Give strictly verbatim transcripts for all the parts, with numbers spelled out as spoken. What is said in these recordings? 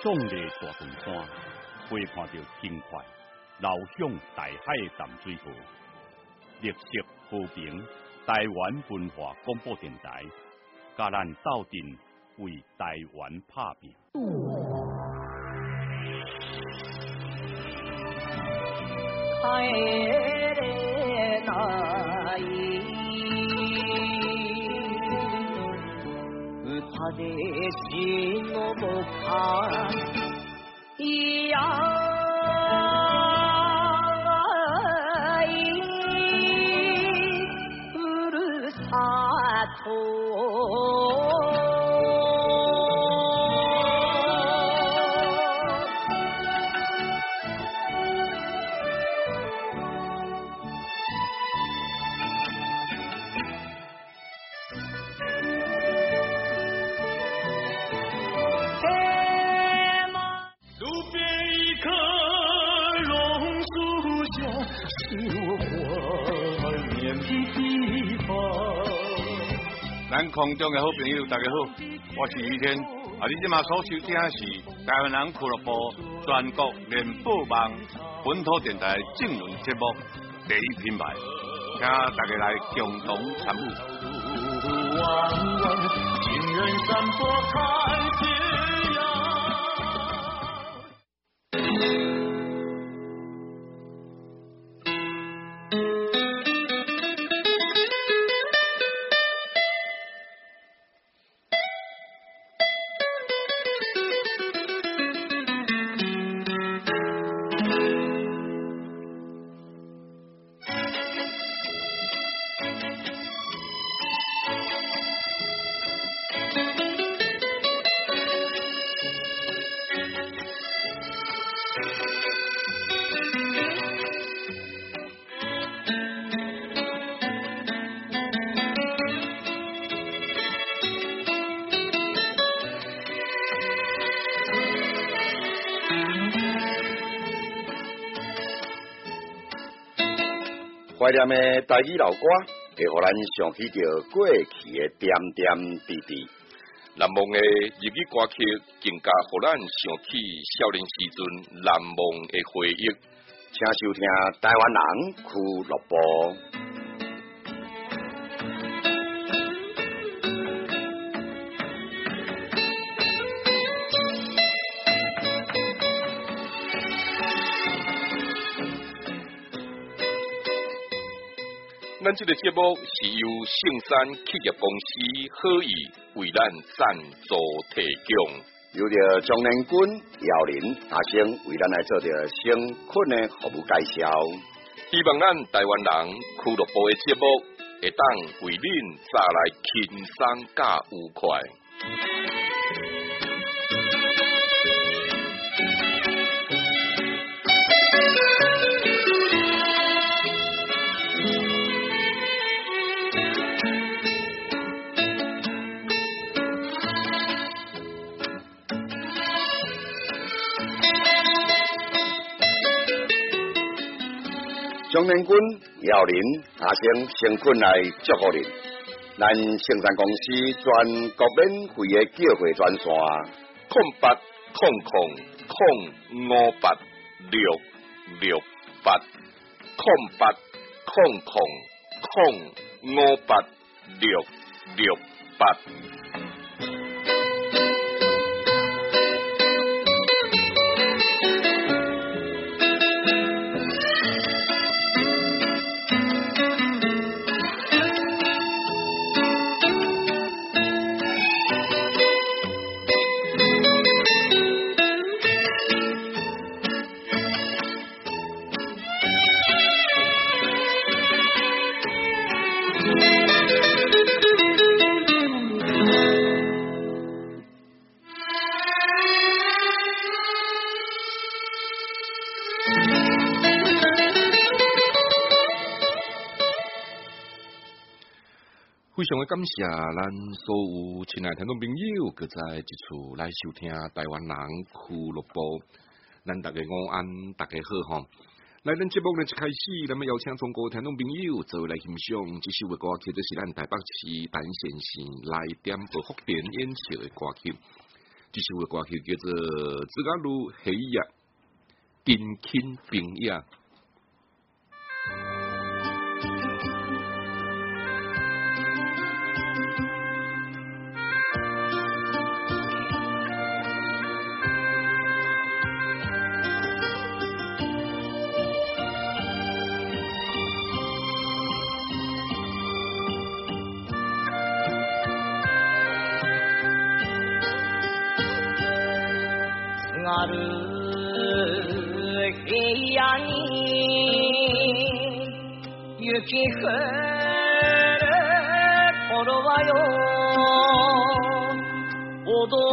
壮丽大屯山，陪看到轻快流向大海的淡水河，绿色和平。台湾文化广播电台，甲咱斗阵为台湾拍拼。 开的那一，他的心我不看一样。 咱空中的好朋友，大家好，我是于天。啊，你即马所收听的是台湾人俱乐部全国联播网本土电台政论节目第一品牌，请大家来共同参与。 怀念的台语老歌，会互咱想起着过去的点点滴滴。 难忘的日语歌曲，更加互咱想起少年时阵难忘的回忆。 请收听台湾人俱乐部。 咱这个节目是由圣山企业公司好意为咱赞助提供， 由着张连军、姚林、阿星为咱来做着省困的服务介绍。 希望咱台湾人俱乐部的节目会当为恁带来轻松加愉快。 张连军、姚林、阿星先困来祝福您。咱圣山公司全国免费的叫货专线： 空八空空空五八六六八，空八空空空五八六六八。非常的感谢咱所有亲爱听众朋友，搁在一处来收听台湾人俱乐部。咱大家午安，大家好吼。来，咱节目呢一开始，咱们邀请中国听众朋友做来欣赏这首的歌曲，就是咱台北市陈先生来点播福田演唱的歌曲。 这首嘅歌曲叫做《自家路喜呀》，近亲朋友。 ある部屋に雪降る頃はよおど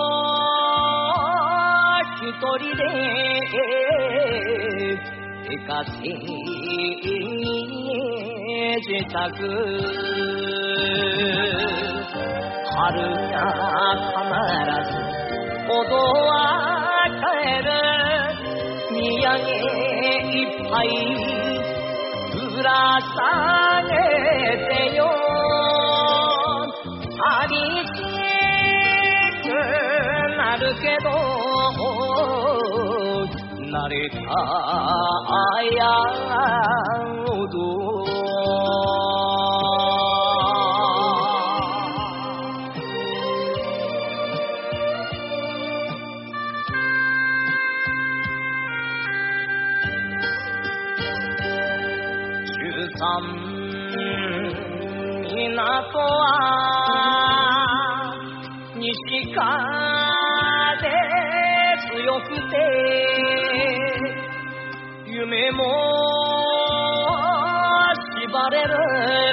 一人で出かけ自宅春が必ずおどは帰る土産いっぱいぶら下げてよ寂しくなるけど慣れたやおど港は西風強くて夢も縛れる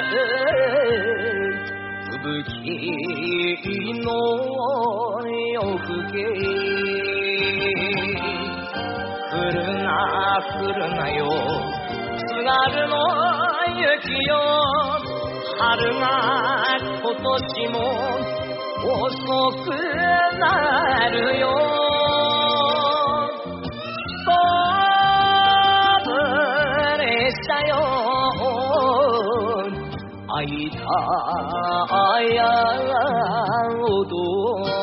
吹雪の夜更け降るな降るなよ津軽の雪よ春が今年も遅くなるよストーブ列車よ会いたやおど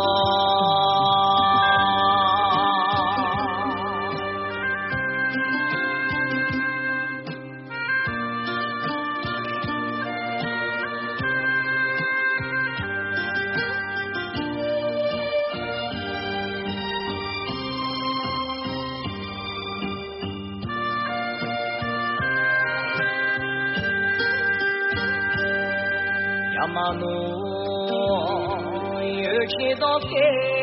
山の雪解け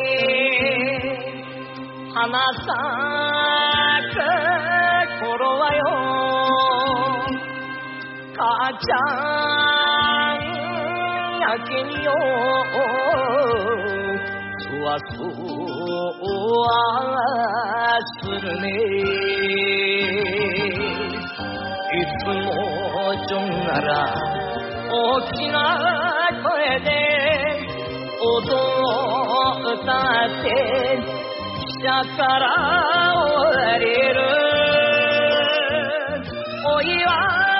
花咲く頃はよ母ちゃんやけによそわそわするねいつもじょんなら大きな声で踊を歌って下から降りるお岩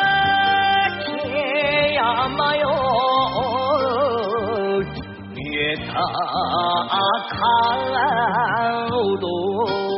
木山よ見えた赤踊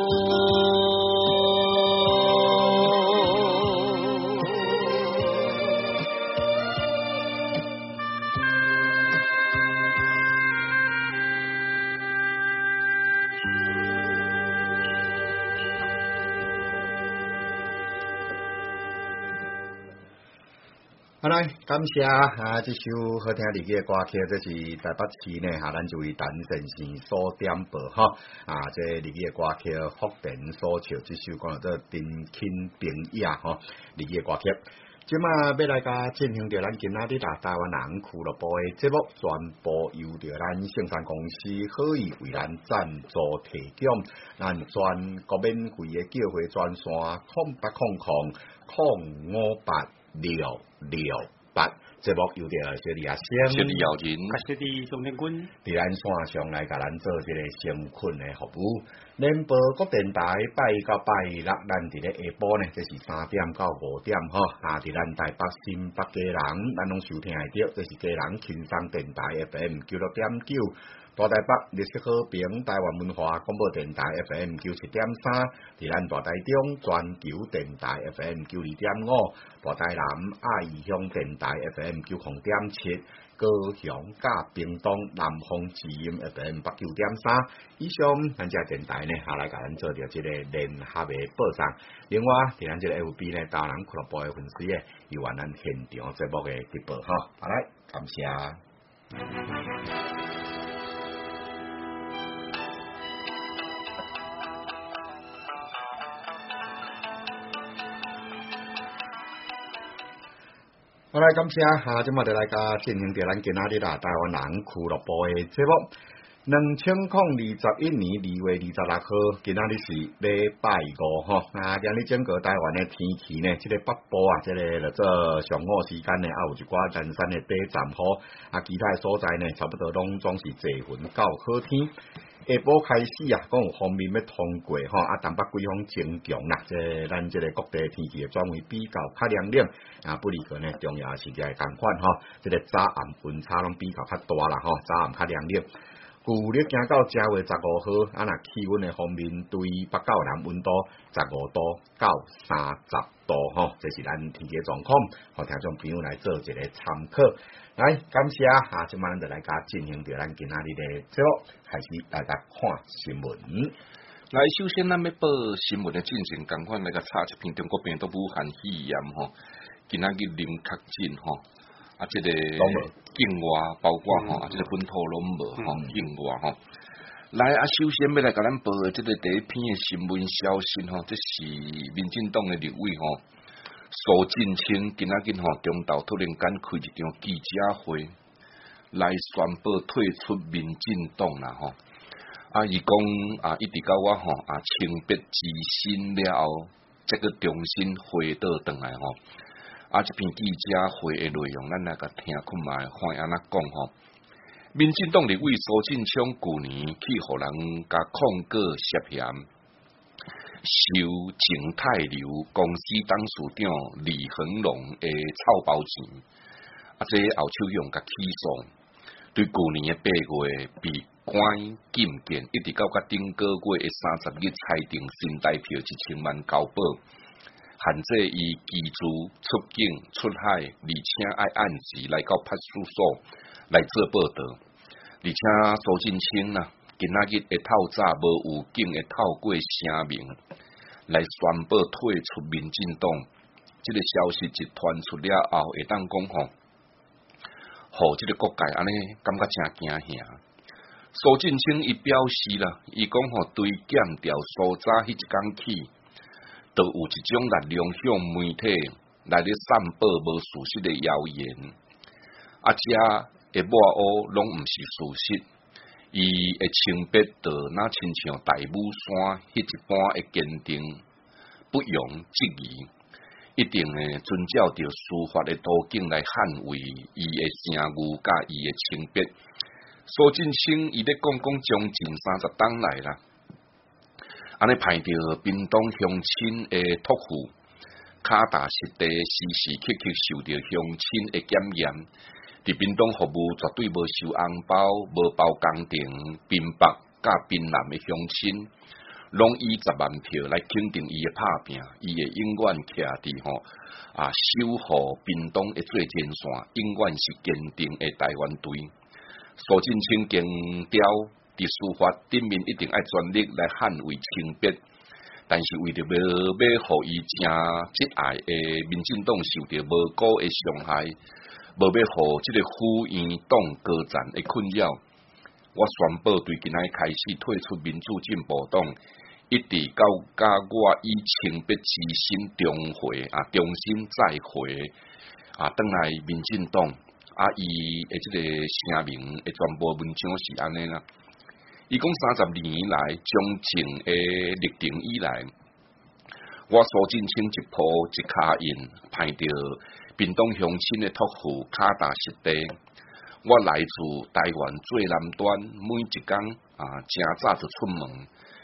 好来，感谢啊！这首好听的嘅歌曲，这是台北市呢，哈，咱就为陈先生所点播哈啊！这日嘅歌曲福田所唱，这首讲做真亲朋友哈，日嘅歌曲。即马要来甲进行着咱今仔日啦台湾人俱乐部嘅节目，全部由着咱盛山公司好意为咱赞助提供，咱全国免费嘅叫回专线空八空空空五八六六八。节目由着小李阿星、 小李姚人、 啊，小李钟天军， 伫咱线上来甲咱做这个生困的服务。 联播国电台拜一到拜六，咱伫咧下晡呢，这是三點到五點吼，啊，伫咱台北新北家人，咱攏收聽會到，這是家人輕鬆電台 F M 九六點九，大台北綠色和平台灣文化廣播電台 F M 九七點三，伫咱大台中全球電台 F M 九二點五，大台南愛義鄉電台 F M 九零點七。高雄甲屏東南方之音 F M 八九點三，以上咱只電台呢，下來甲咱做着即個聯合嘅報上。另外，伫咱即個 F B 呢，大人俱樂部嘅粉絲咧，有完咱現場節目嘅直播哈。好來，感謝。好來，感謝哈，即馬就來甲進行着咱今仔日啦，台灣人俱樂部嘅節目。兩千零二十一年二月二十六號，今仔日是禮拜五吼。啊，今日整個台灣嘅天氣呢，即、這個北部啊，即、這個就做上午時間呢，啊有一寡零散嘅短暫雨，啊其他嘅所在呢，差不多攏總是濟雲到好天。下晡開始啊，講有方面要通過吼，啊東北季風增強啦，即咱即個各地天氣嘅轉為比較較涼涼，啊不離個呢重要是個共款吼，即、這個早暗溫差攏比較較大啦吼，早暗較涼涼。舊曆行到正月十五號，啊若氣溫嘅方面對北到南溫度十五度到三十度吼，這是咱天氣狀況，互聽眾朋友來做一個參考。來，感謝啊！今晚就來甲進行着咱今仔日嘅節目，開始來甲看新聞。 來，首先咱要報新聞嘅進程，共款來甲查一篇中國病毒武漢肺炎吼，今仔日零確診吼，啊，即、這個境外包括吼，啊，即、這個本土攏無吼，境外吼。來啊，首先要來甲咱報嘅即個第一篇嘅新聞消息吼，這是民進黨嘅立委吼。蘇震清今仔日吼中晝突然間開一場記者會，來宣布退出民進黨啦吼。啊，伊講啊，一直到我吼啊清白自新了後，這個重新回到轉來吼。啊，這篇記者會嘅內容，咱來甲聽看覓，看安怎講吼。民進黨立委蘇震清舊年去互人甲控告涉嫌。收景泰流公司董事長李恆龍嘅臭包錢，啊！這後手用甲起訴，對舊年嘅八月被關禁見，一直到甲頂個月嘅三十日裁定新台票一千萬交保，限制伊居住、出境、出海，而且愛按時來到派出所來做報道，而且蘇震清啦。今仔日會透早無有警會透過聲明來宣布退出民進黨，這個消息一傳出了後，會當講吼，互這個國界安尼感覺真驚嚇。蘇震清伊表示啦，伊講吼對檢調所早迄一工起，都有一種力量向媒體來咧散布無事實的謠言，啊，遮會抹黑攏毋是事實。伊會清白到那親像大武山迄一般會堅定，不容質疑，一定會遵照着司法的途徑來捍衛伊的聲譽甲伊的清白。蘇震清伊咧講講將近三十檔來啦，安尼派着屏東鄉親的託付，卡達實地時時刻刻受着鄉親的檢驗。佇屏東服務絕對無收紅包，無包工程，屏北甲屏南的鄉親，攏以十萬票來肯定伊的拍拼，伊會永遠徛佇吼啊守護屏東的最前線，永遠是堅定的台灣隊。蘇震清強調，佇司法頂面一定愛全力來捍衛清白，但是為着要要互伊正摯愛的民進黨受到無辜的傷害。無要互即個婦院黨高層的困擾，我宣布對今仔開始退出民主進步黨，一直到甲我以清白之身重回啊，重新再回啊，轉來民進黨啊，伊的即個聲明的全部文章是安尼啦。伊講三十二年來將政的歷程以來，我蘇震清一鋪一卡印派着。屏東鄉親的託付卡達實地，我來自台灣最南端，每一天啊，正早就出門，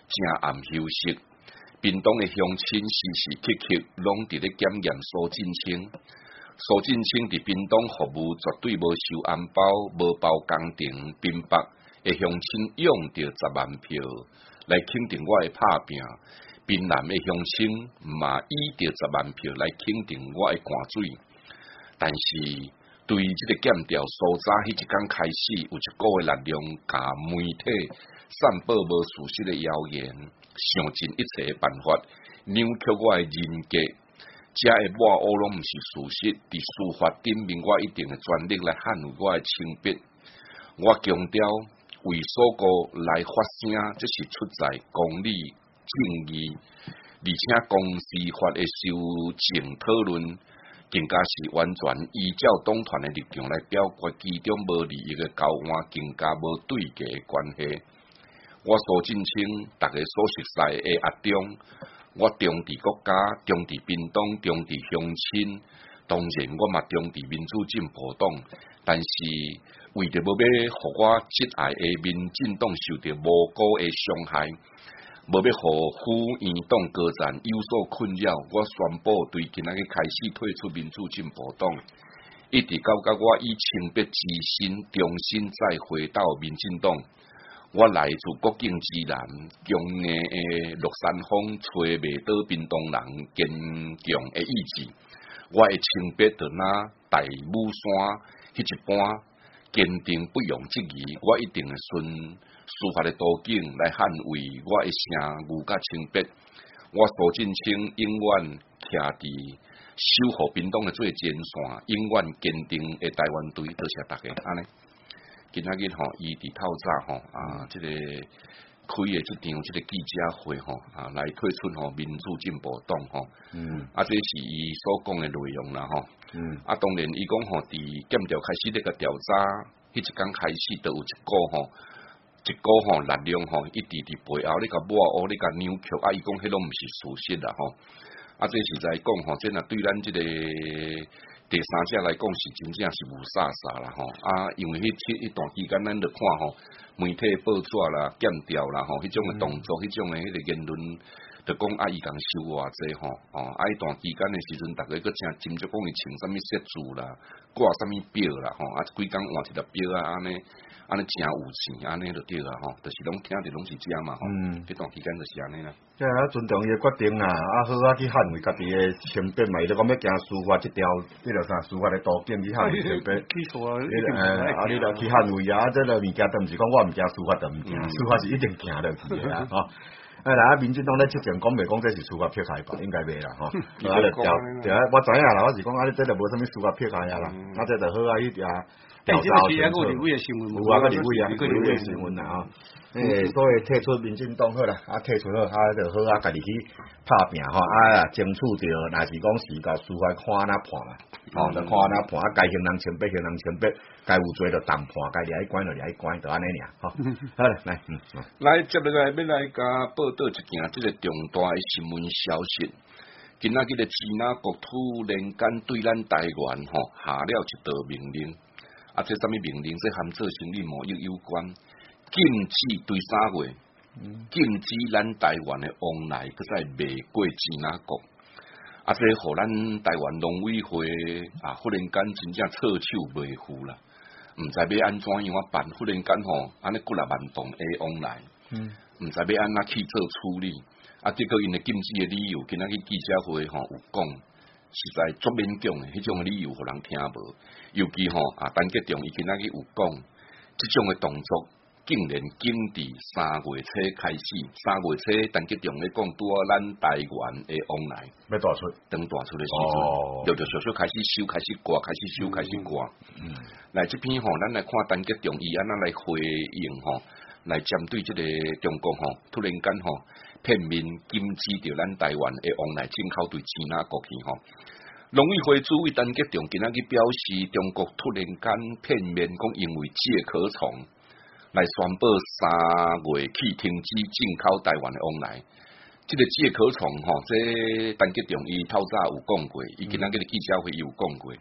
正暗休息。屏东的乡亲时时刻刻拢伫咧检验苏振清。苏振清伫屏东服务绝对无收红包、无包工程、屏北的乡亲用着十万票来肯定我的拍拼，滨南的乡亲嘛以着十万票来肯定我的汗水。但是对即个检调所早迄一天开始，有一股的力量甲媒体散播无事实的谣言，想尽一切的办法扭曲我的人格。这的抹黑拢毋是事实，伫司法顶面我一定会全力来捍卫我的清白。我强调为所过来发声，这是出在公理正义，而且公司法的修正讨论，更加是完全依照党团的立场来表决其中无利益的交换，更加无对价的关系。我苏振清，大家所熟悉的阿中。我中伫国家，中伫屏东，中伫乡亲，當然我嘛中伫民主進步黨，但是為着要要，互我摯愛的民進黨受到無辜的傷害，無要互府院黨高層有所困擾，我宣布對今仔日開始退出民主進步黨，一直到甲我以清白之身，重新再回到民進黨。我來自國境之南，強硬的陸山風吹袂倒屏東人堅強的意志。我的清白就那大武山迄一般堅定不容置疑。我一定會順司法的途徑來捍衛我的聲譽甲清白。我蘇振清永遠徛佇守護屏東的最前線，永遠堅定的台灣隊。多謝大家，安尼。今仔日吼，伊佇透早吼啊，即、這個開嘅即場即個記者會吼啊，來退出吼民主進步黨吼。嗯。啊，這是伊所講嘅內容啦吼。嗯。啊，當然伊講吼，佇檢調開始呢個調查，迄一工開始就有一個吼，一個吼力量吼，一直佇背後呢個抹黑，呢個扭曲。啊，伊講迄攏毋是事實啦吼。啊，這是在講吼，即若對咱即、這個。第三者來講是真正是無煞煞啦吼，啊，因為迄迄段期間，咱著看吼媒體報紙啦、檢調啦吼，迄種嘅動作、迄、嗯、種嘅迄個言論，著講啊，伊共收偌濟吼，哦，啊，迄段期間嘅時陣，逐個佫正斟酌講伊穿啥物飾字啦，掛啥物表啦吼，啊，幾工換一粒表啊，安尼。安尼真有錢，安尼就對啦吼，就是攏聽着攏是這嘛吼。嗯，這段期間就是安尼啦。即係啊，尊重伊嘅決定啊，啊好啊去捍衛家己嘅清白嘛，伊就講要行司法這條，這條啥司法嘅途徑去捍衛清白。起訴啊！誒，啊你著去捍衛啊，這個物件都毋是講我毋驚司法就毋驚，司法是一定行落去嘅啦，吼。啊，嗱，民進黨咧之前講未講這是司法迫害吧？應該未啦，吼。啊，就調調，我知影啦，我是講啊，你這就無啥物司法迫害啊啦，啊這就好啊，伊條。調查清楚，有啊個立委啊，個立委新聞啊，誒，所以退出民進黨好啦，啊退出好，啊就好啊，家己去拍拼吼，啊爭取着，若是講是甲司法看安怎判啦，吼，就看安怎判，啊該行人清白，行人清白，該有罪就重判，該掠去關就掠去關，就安尼爾，吼，好啦，來，嗯，來接落來要來甲報道一件即個重大嘅新聞消息，今仔日個支那國突然間對咱台灣吼下了一道命令。啊！這啥物命令？這含做生理貿易有關，禁止對三月，禁止咱台灣的往來，擱再賣過支那國。啊！這互咱台灣農委會啊，忽然間真正措手未付啦，毋知要安怎樣啊辦？忽然間吼，安尼幾若萬棟的往來，毋知要安怎去做處理。啊！結果因的禁止的理由，今仔日記者會吼有講。實在足勉強嘅，迄種理由互人聽無。尤其吼啊，陳吉仲伊今仔日有講，即種嘅動作竟然禁佇三月初開始。三月初，陳吉仲咧講拄啊，咱台灣嘅往來要大出，當大出嘅時陣，陸陸續續開始收，開始掛，開始收，開始掛。嗯，來這篇吼，咱來看陳吉仲伊安怎來回應吼，來針對即個中國吼，突然間吼。片面禁止着咱台灣嘅往來進口對支那國去吼，農委會主委陳吉仲今仔日表示，中國突然間片面講因為介殼蟲來宣布三月起停止進口台灣嘅往來。即、這個介殼蟲吼，這陳吉仲伊透早有講過，伊今仔日嘅記者會有講過。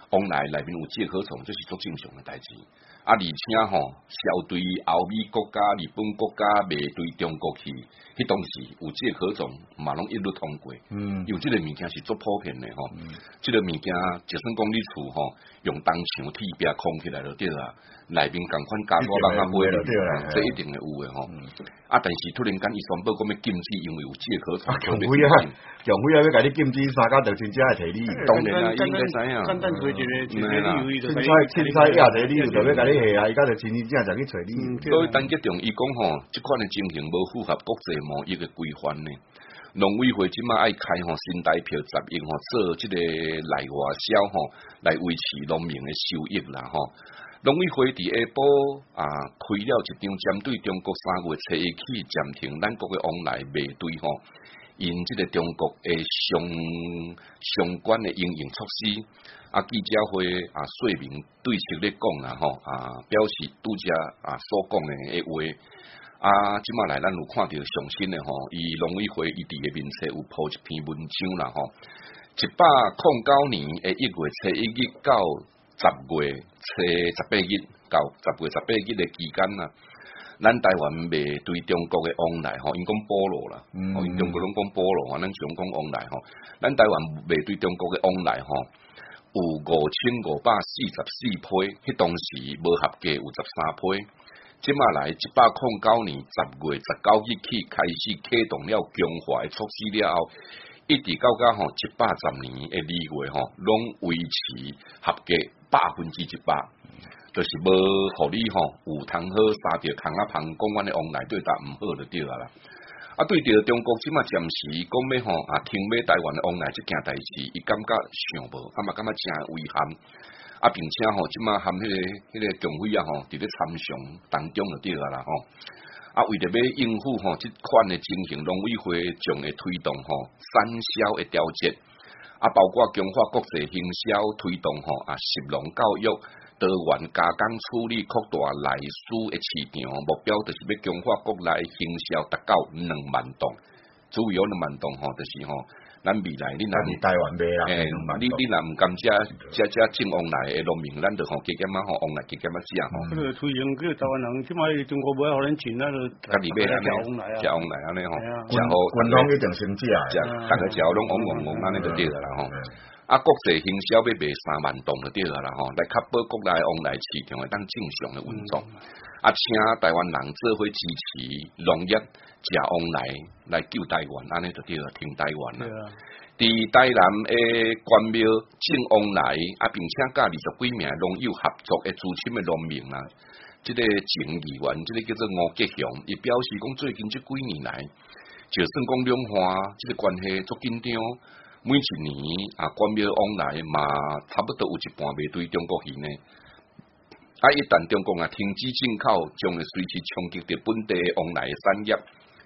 往来内面有介壳虫，这是足正常嘅代志。啊，而且吼，消对欧美国家、日本国家卖对中国去，迄当时有介壳虫，嘛拢一律通过。嗯，有即个物件是足普遍嘅吼。嗯，即个物件，就算讲你厝吼，用当墙铁壁框起来就对啦，内面共款加多人啊买就对啦，这一定会有嘅吼。啊，但是突然间伊宣布讲要禁止，因为有介壳虫。 强威啊！强威啊！要甲你禁止三家，就真正会摕你。 当然啦，应该知影。 简单做一个，一个理由， 凊彩凊彩也一个理由，就要甲你下啊！伊家就真真正正去找你。 所以单结中，伊讲吼，即款嘅情形无符合国际贸易嘅规范呢。农委会即马爱开吼新台票十亿吼，做即个内外销吼，来维持农民嘅收益啦吼。农委会伫下晡啊开了一场针对中国三月初一起暂停咱国嘅往来卖对吼，因即个中国嘅相相关嘅应用措施。啊，记者会啊，说明对策咧讲啦吼，啊，表示拄则啊所讲诶话，啊，即马来咱有看到上新诶吼，伊农委会伊伫诶面册有铺一篇文章啦吼，一百零九年诶一月初一日到十月初十八日到十月十八日诶期间啦，咱台湾未对中国诶往来吼，因讲菠萝啦，哦、嗯，因中国拢讲菠萝，咱想讲往来吼，咱台湾未对中国诶往来吼。有五千五百四十四批，迄当时无合格有十三批。即马来一百零九年十月十九日起开始启动了强化的措施了后，一直到到吼一百十年的二月吼，拢维持合格百分之一百，就是无互你吼有通好三条空啊旁讲阮的往来对答毋好就对啊啦。啊，对着中国即马暂时讲要吼啊，停买台湾的往来即件代志，伊感觉想无，啊嘛感觉真危险。啊，并且吼即马含迄个迄个共匪啊吼，伫咧参详当中就对啊啦吼。啊，为着要应付吼即款的情形，农委会将会推动吼产销的调节，啊，包括强化国际行销推动吼啊，食农教育。多元加工处理扩大内需的市场，目标就是要强化国内行销达到两万吨，主要两万吨吼，就是吼，咱未来你若台湾买啦， 诶、欸，你你若毋甘食食食进往来的农民，咱就吼加减仔吼往来加减仔食吼。 迄个推行叫台湾人，即摆中国买互咱钱，咱就家己买安尼，食往来安尼吼，食好， 运动一定先食， 食，逐个食拢往往往安尼就对啦吼。啊，国际行销要卖三万吨就对啦啦吼，来确保国内往来市场会当正常的运作。啊，请台湾人做伙支持农业食往来来救台湾，安尼就对啦，挺台湾啦。伫台南诶关庙正往来，啊，并且甲二十几名农友合作诶资深诶农民啦，即、这个前议员，即、这个叫做吴吉祥，伊表示讲最近即几年来，就算讲两岸即个关系足紧张。每一年啊，关庙往来嘛，差不多有一半袂对中国去呢。啊，一旦中国啊停止进口，将会随时冲击着本地往来产业。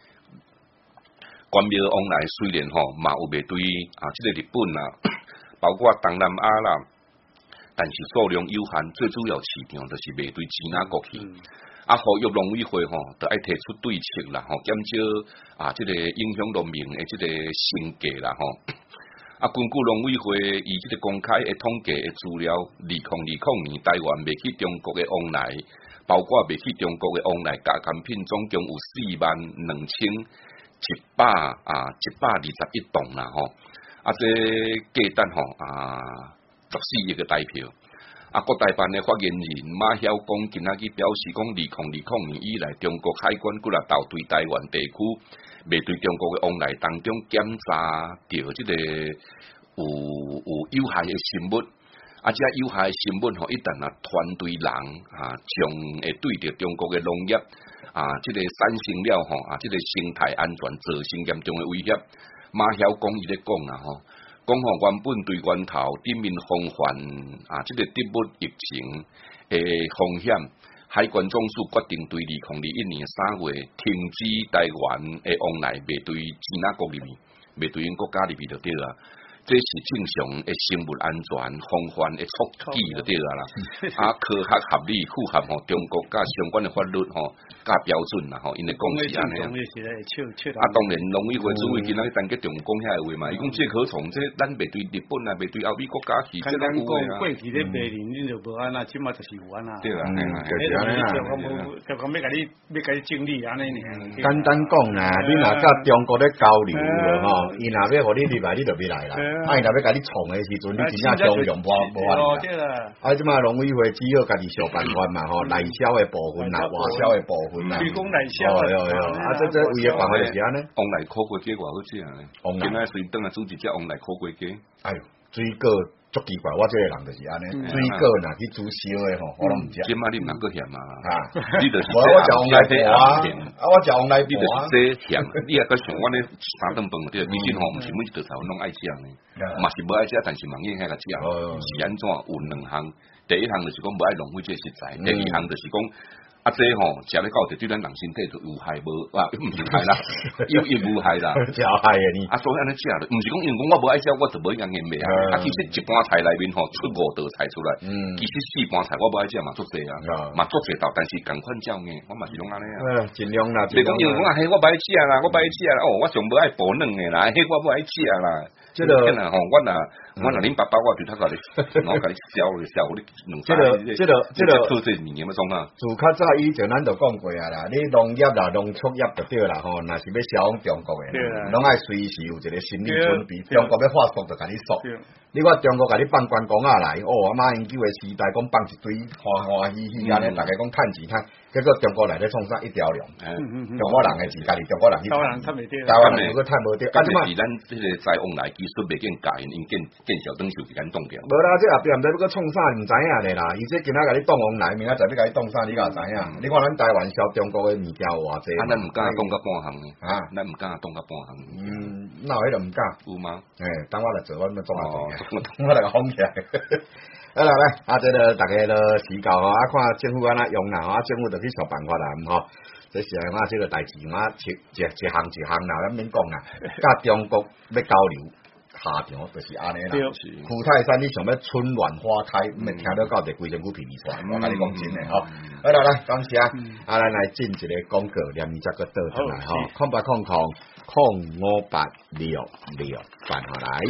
关庙往来虽然吼嘛有袂对啊，即、这个日本啊，包括东南亚啦，但是数量有限，最主要市场就是袂对其他国去。嗯、啊，呼吁农委会吼，就爱提出对策啦，吼减少啊，即、这个影响农民的即个生计啦，吼。啊，根据农委会以即个公开的统计的资料，二零二零年台湾卖去中国的往来，包括卖去中国的往来加工品，总共有四万两千一百啊一百二十一吨啦吼。啊，这价值吼啊十四亿个台票。啊，国台办的发言人马晓光今仔日表示讲，二零二零年以来，中国海关骨力到对台湾地区。未对中国嘅往来当中检查到即个有有有害嘅生物，啊，即有害嘅生物吼，一旦啊团队人啊，将会对着中国嘅农业啊，即、這個产生了吼啊，即、這個生態安全造成嚴重嘅威脅。馬曉光伊咧講啦吼，講吼原本對源頭頂面防範啊，即、這個植物疫情嘅風險。海關總署決定對二零二一年三月停止台灣嘅往來，未對其他國入面，未對因國家入面就對啦。 这是正常的生物安全防范的措施就对啦啦。啊，科学合理符合吼中国甲相关的法律吼甲标准啦吼，因为讲是安尼啊。啊，当然农委会主委今仔日单结中讲遐个话嘛，伊讲这可从这咱袂对日本啊，袂对欧美国家去，这拢有啊。 过去咧白林，你就无安那，即马就是有安那。 对啦，对啦， 就是安尼啦。就讲要甲你要甲你整理安尼尔。 简单讲啦，你若甲中国咧交流咯吼，伊若要互你入来，你就别来啦。啊，伊若要甲你创的时阵，你真正中用无无法度啦。啊，即马农委会只要家己想办法嘛吼，内销的部分啦，外销的部分啦。 你讲内销哦哟哟，啊，这这唯一办法就是安尼。 往来烤过鸡偌好食呢？今仔随等啊煮一只往来烤过鸡。 哎呦，水果足奇怪，我这个人就是安尼，水果若去煮烧的吼，我拢唔食。 即马你毋通搁嫌啊？啊，你就是我食往来盘啊，啊，我食往来盘。 你就是这嫌，你也搁想我咧三顿饭对，其实吼毋是每一道菜拢爱食呢，嘛是无爱食，但是嘛硬遐个食，是安怎有两项？第一项就是讲无爱浪费这食材，第二项就是讲。啊，这吼食咧到底对咱人身体就有害无？啊，毋是害啦，有有无害啦， 有害啊你。 啊，所以安尼食咧，毋是讲因为讲我无爱食，我就无应验袂啊。啊，其实一盘菜内面吼出五道菜出来，嗯，其实四盘菜我无爱食嘛，足济啊，嘛足济道，但是共款照硬，我嘛是拢安尼啊。 尽量啦， 袂讲因为讲啊，嘿，我无爱食啦，我无爱食啦，哦，我上无爱补卵的啦，嘿，我无爱食啦。 这个吼，我若我若恁爸爸，我就他甲你，我甲你烧你烧你两这个这个这个特色年么种啊？ 自较早以前咱就讲过啊啦，你农业啦、农畜业就对啦吼，若是要销往中国的，拢爱随时有一个心理准备，中国要发缩就甲你缩。你看中国甲你放观光啊来，哦，马英九的时代讲放一堆欢欢喜喜安尼，大家讲趁钱趁，结果中国来咧创啥一条龙，中国人的钱家己中国人去趁，台湾人个趁无着， 啊，即是咱即个在往来技术袂见改，因见见小灯球比咱冻掉。 无啦，这后边毋知要个创啥，毋知影咧啦。伊这今仔甲你冻往来，明仔载要甲你冻啥，你敢知影？你看咱台湾销中国的物件有偌济？ 啊，咱毋敢冻到半行啊， 咱毋敢冻到半行。 嗯，那迄个毋敢。 有吗？ 诶，等我来做，我咪做下做下，我来个放起来。好啦，来，啊，这个大家都时间吼，啊，看政府安怎用啦，啊，政府就去想办法啦，吼。这是啊，这个代志嘛，一一一项一项啦，咱免讲啦。甲中国要交流。下场就是安尼啦，富泰山你想要春暖花开，毋会听到到地规身躯皮皮喘，我甲你讲真诶吼。好啦，来，感谢，啊，咱来进一个广告，连伊则个倒转来吼，空八空空空五八六六，转下来。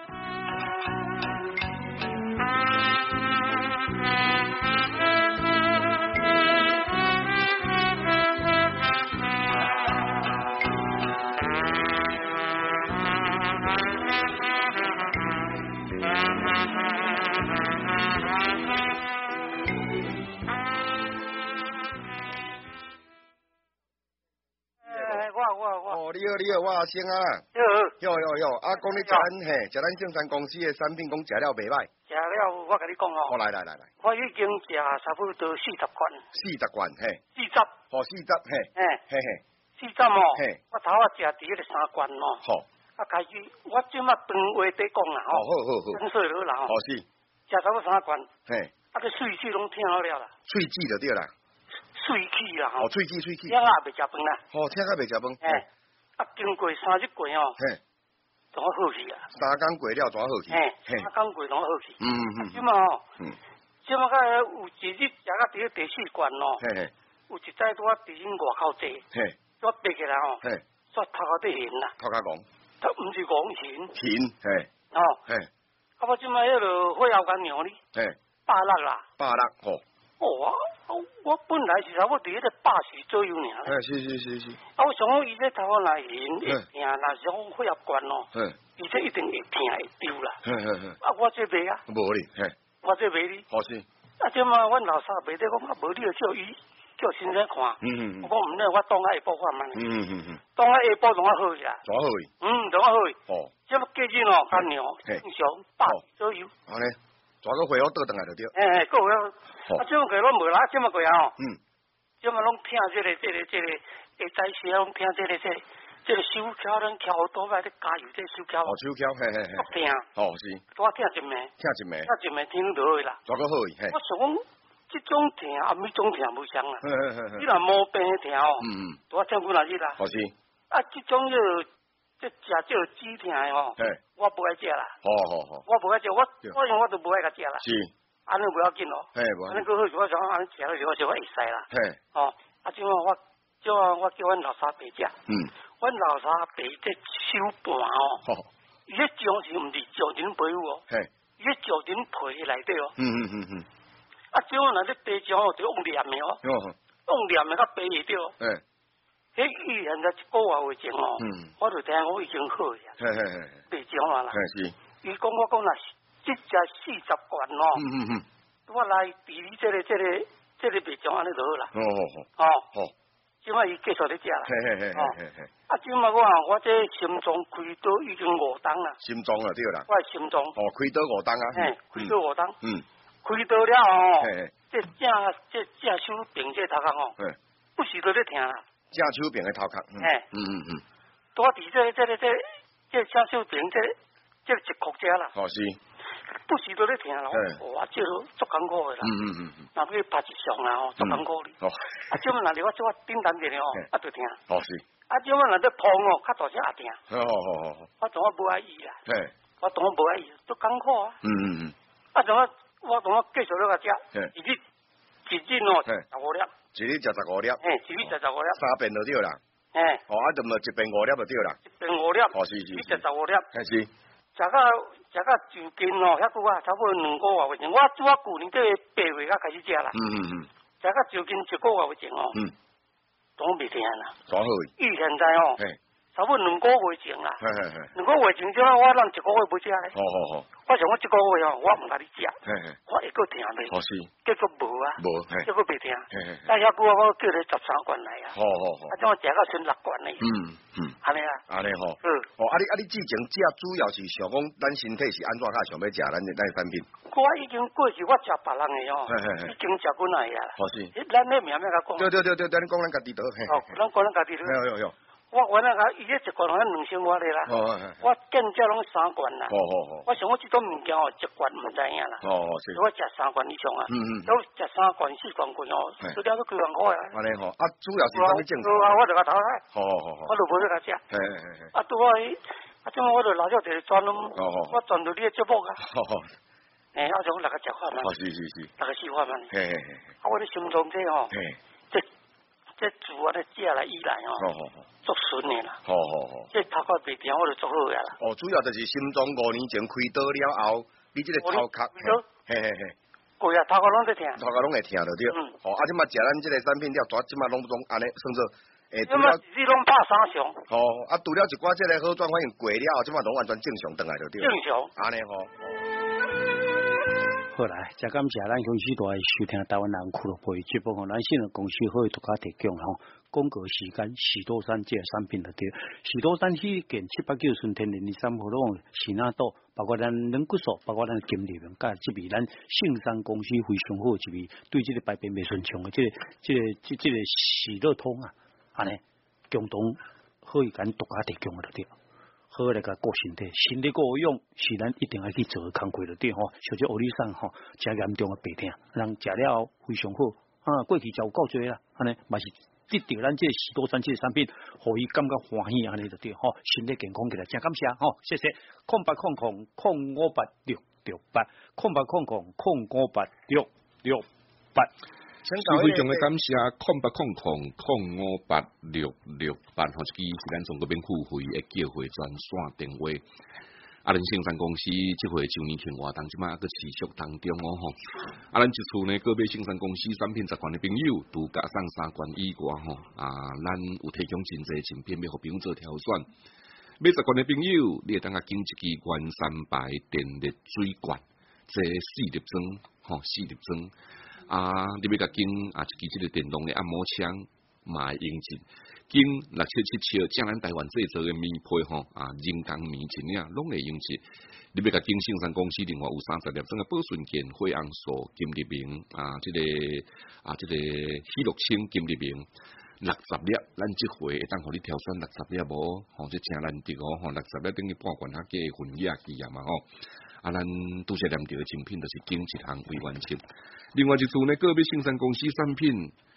哦，你好，你好，我阿星啊。 哟哟哟哟，啊，讲你食咱嘿，食咱正山公司的产品，讲食了袂歹。 食了，我甲你讲哦。 好来来来来。 我已经食差不多四十罐。 四十罐嘿。 四十。 哦，四十嘿。 嘿嘿嘿。 四十哦。 嘿。 我头啊食第一个三罐哦。 好。 啊，开始我即马长话底讲啦吼。 好好好。 真细落啦吼。 哦是。 食差不多三罐。 嘿。 啊，个喙齿拢听好了啦。 喙齿就对啦。 喙齿啦吼。 哦，喙齿喙齿。 听啊未食饭啦。 哦，听啊未食饭。 嘿。啊，经过三日过哦， 嘿， 怎好去啊？ 三工过了怎好去？ 嘿，三工过怎好去？ 嗯嗯嗯。 即嘛吼， 嗯， 即嘛个有一日食到第第四罐哦， 嘿嘿， 有一载拄啊伫因外口坐， 嘿， 拄爬起来吼， 嘿， 煞头壳底悬啦， 头壳讲， 他毋是讲悬， 悬，嘿， 哦， 嘿， 啊我即嘛迄落火药干娘哩， 嘿， 百六啦， 百六吼， 哦啊。我本来是差不多伫迄个八十左右尔。 哎，是是是是。 啊，我想讲伊这头壳内悬会疼，若是讲血压管哦，伊这一定会疼会丢啦。 嘿嘿嘿。 啊，我这袂啊。 无哩，嘿。 我这袂哩。 好是。 啊，即嘛，阮老三袂得讲，啊，无你就叫伊叫先生看。 嗯嗯。 我讲毋能，我当下下晡看嘛。 嗯嗯嗯嗯。 当下下晡怎啊好去啊？ 怎好去？ 嗯，怎啊好去？ 哦。 即嘛过日哦，干娘正常百左右。 安尼。抓个回我倒转来就对。 嘿嘿，够了。啊，即么过拢无啦，即么过啊吼。 嗯。 即么拢听这个、这个、这个，会在时拢听这个、这个、这个手敲，咱敲多摆咧加油，这手敲。 哦，手敲，嘿嘿嘿。 我听。 哦是。 我听一暝。 听一暝。 听一暝听落去啦。 抓个好去，嘿。 我想讲，这种听啊，每种听无相啦。 嘿嘿嘿嘿。 你若毛病听哦。 嗯嗯。 多听几若日啦。 哦是。 啊，这种就这食这个止疼的吼， 嘿， 我不爱食啦。 好好好， 我不爱食，我我用我都不爱甲食啦。 是， 安尼不要紧哦。 嘿，无， 安尼过好，我想安尼食了就我就我会使啦。 嘿， 哦，啊，即摆我即摆我叫阮老三伯食。 嗯， 阮老三伯这手盘哦， 好， 伊迄姜是毋是嚼人皮哦？ 嘿， 伊迄嚼人皮内底哦。 嗯嗯嗯嗯， 啊，即摆若咧白姜哦，就用黏的哦， 哦， 用黏的较白会着。 嘿， 迄以前在一个月以前哦， 嗯， 我就听我已经好呀， 嘿嘿嘿， 白姜啊啦。 嘿是， 伊讲我讲若即只四十罐哦， 嗯嗯嗯， 我来治你这个这个这个白姜安尼就好啦。 哦好好， 哦， 好， 即摆伊继续咧食啦。 嘿嘿嘿嘿嘿嘿， 啊，即摆我啊，我这心脏开刀已经五档啦。 心脏啊对啦， 我的心脏。 哦，开刀五档啊， 嘿，开刀五档。 嗯， 开刀了哦， 嘿嘿， 这正这正手柄这头壳吼， 嘿， 不时都咧疼啦。 正手柄的头壳， 嘿， 嗯嗯嗯， 多伫这个这个这个这正手柄这这一壳遮啦， 好是， 不时都咧疼啦。哇，这都足艰苦的啦。 嗯嗯嗯嗯， 若要拍一上啦吼，足艰苦哩。 哦， 啊，即摆若是我即我顶单一点哦，啊就疼。 好是， 啊，即摆若咧碰哦，较大声也疼。 好好好好， 我当我无爱伊啦， 嘿， 我当我无爱伊，足艰苦啊。 嗯嗯嗯， 啊，当我我当我继续咧甲食， 嘿， 一日一日哦， 嘿十五粒， 一日食十五粒， 嘿，一日食十五粒， 三遍就对啦， 嘿， 哦，啊，就无一遍五粒就对啦， 一遍五粒， 哦是是一是， 日十五粒。 嘿是， 食到食到就近哦，遐久啊，差不多两个月以前，我我旧年这个八月才开始食啦， 嗯嗯嗯， 食到就近一个月以前哦， 嗯， 都袂听啦。 爽好伊， 伊现在哦， 嘿， 差不多两个月前啦， 嘿嘿嘿， 两个月前即摆我人一个月无食咧， 好好好， 我想我一个月哦，我毋甲你食， 嘿嘿， 我会搁听咧， 好是， 结果无啊， 无，嘿， 结果袂听， 嘿嘿， 但遐久啊，我叫你十三罐来啊， 好好好啊，，怎我食到剩六罐咧， 嗯嗯， 安尼啊， 安尼吼。 嗯， 哦，啊你啊你之前食主要是想讲咱身体是安怎较想要食咱的咱的产品？ 我已经过去我食别人的哦嘿嘿嘿， 已经食过来啊啦， 好是， 咱那名咩甲讲？ 对对对对，咱讲咱家己倒，嘿， 哦，咱讲咱家己。 有有有， 我原来甲伊迄一罐好像两千瓦的啦， 哦嘿嘿， 我见这拢三罐啦。 好好好， 我想我这种物件哦，一罐唔知影啦。 哦是， 我食三罐以上啊， 嗯嗯， 都食三罐四罐罐哦， 嘿除了都几万块啊。 安尼吼，啊主要是啥物种？ 对啊，我就甲淘汰， 好好好好我，就无去甲食。 嘿嘿嘿嘿， 啊，拄好伊，啊，即我就老少伫转拢， 哦好， 我转到你的节目啊。 好好， 诶，我想六个食饭嘛， 好是是是， 六个四饭嘛。 嘿嘿嘿， 啊，我的心脏这吼， 嘿， 这这煮啊，这食来以来好哦， 好好， 足顺的啦。 好好好， 这头壳袂疼，我就足好个啦。 哦，主要就是心脏五年前开刀了后，你这个头壳，嘿嘿嘿。 贵啊，头壳拢在疼。 头壳拢会疼着对， 嗯吼、啊，即马食咱即个产品了，全即马拢总安尼算做，诶，除即马了你拢拍三上， 吼、啊，除了一寡即个好转反应过了后，即马拢完全正常转来着对， 正常。 安尼吼。 好啦，真感谢咱乡许大收听台湾人俱乐部节目吼，咱新的公司可以独家提供吼。广告时间，许多山这个产品就对，许多山去件七八九顺天然二三号拢是哪多，包括咱人骨素，包括咱金利润，甲即味咱信山公司非常好一味，对这个排便未顺畅的，这个这个这这个喜乐通啊，安尼共同可以咱独家提供的就对。好来个顾身体，身体够好用，是咱一定要去做工课的对吼。像这欧里桑吼，真严重的白疼，人食了后非常好啊，过去就有够多啦，安尼嘛是得到咱这许多山这产品，互伊感觉欢喜安尼就对吼，身体健康起来，真感谢吼，谢谢。空八空空空五八六六八，空八空空空五八六六八。 非常的感谢空八空空空五八六六八，吼，一支是咱中国免付费的叫货专线电话。啊，咱生产公司即回周年庆活动，即马还佫持续当中哦吼。啊，咱一厝呢，个别生产公司产品十款的朋友，独家送三罐以外吼。啊，咱有提供真侪产品要互朋友做挑选。买十罐的朋友，你会当啊拣一支原三白电力水罐，这四粒装，吼，四粒装。啊，你要甲拣啊一支即个电动的按摩枪，嘛会用一拣六七七七，正咱台湾制造的棉被吼啊，人工棉一领拢会用一。你要甲拣生产公司另外有三十粒装的保顺健、血红素、金利明啊，即、这个啊即、这个喜乐清、金利明六十粒，咱即回会当互你挑选六十粒无？吼，这真难得哦，吼，六十粒等于半罐下加混液机啊嘛吼。啊，咱拄则念着的精品，就是经一项为完成。另外一处呢，个别生产公司产品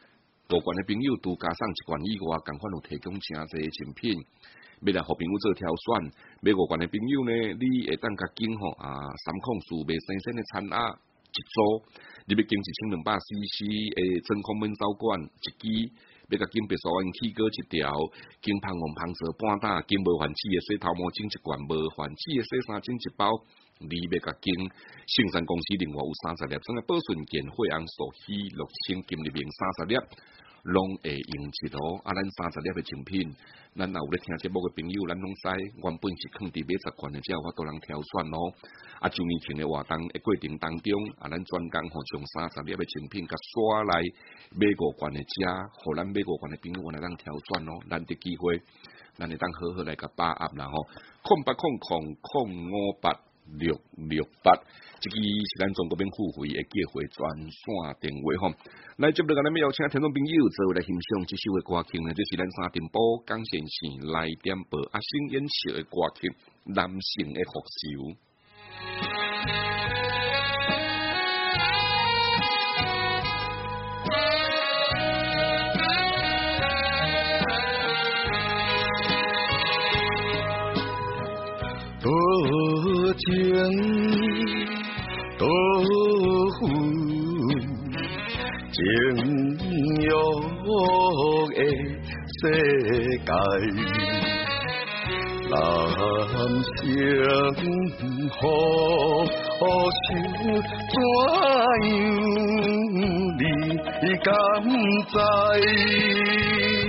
多关的朋友都加上一罐以外，共款有提供真侪精品，要来互朋友做挑选。买五罐的朋友呢，你会当甲拣吼啊，三控数未生鲜的餐鸭一组，你要拣一千两百 C C 的真空焖烧罐一支，要甲拣白沙湾起锅一条，拣芳王芳泽半打，拣无环子的洗头毛巾一罐，无环子的洗衫巾一包。你要甲拣圣山公司另外有三十粒，种个保顺健惠昂素喜六千金入面三十粒，拢会用一路。啊，咱三十粒的精品，咱若有咧听节目嘅朋友，咱拢知原本是放伫买十罐的，才有法度人挑选咯。啊，周年庆嘅活动嘅过程当中，啊，咱专工吼将三十粒嘅精品甲刷来买五罐的遮，互咱买五罐的朋友来当挑选咯。难得机会，咱会当好好来甲把握啦吼。空八空空空五八。六六八，这个是咱中国免付费的机会专线电话吼。来接落来，咱要邀请听众朋友做来欣赏这首的歌曲呢，这是咱沙尘暴江先生来点播阿星演唱的歌曲《男性的复仇》。 多情多恨，情欲的世界，男性何想怎样？你敢知？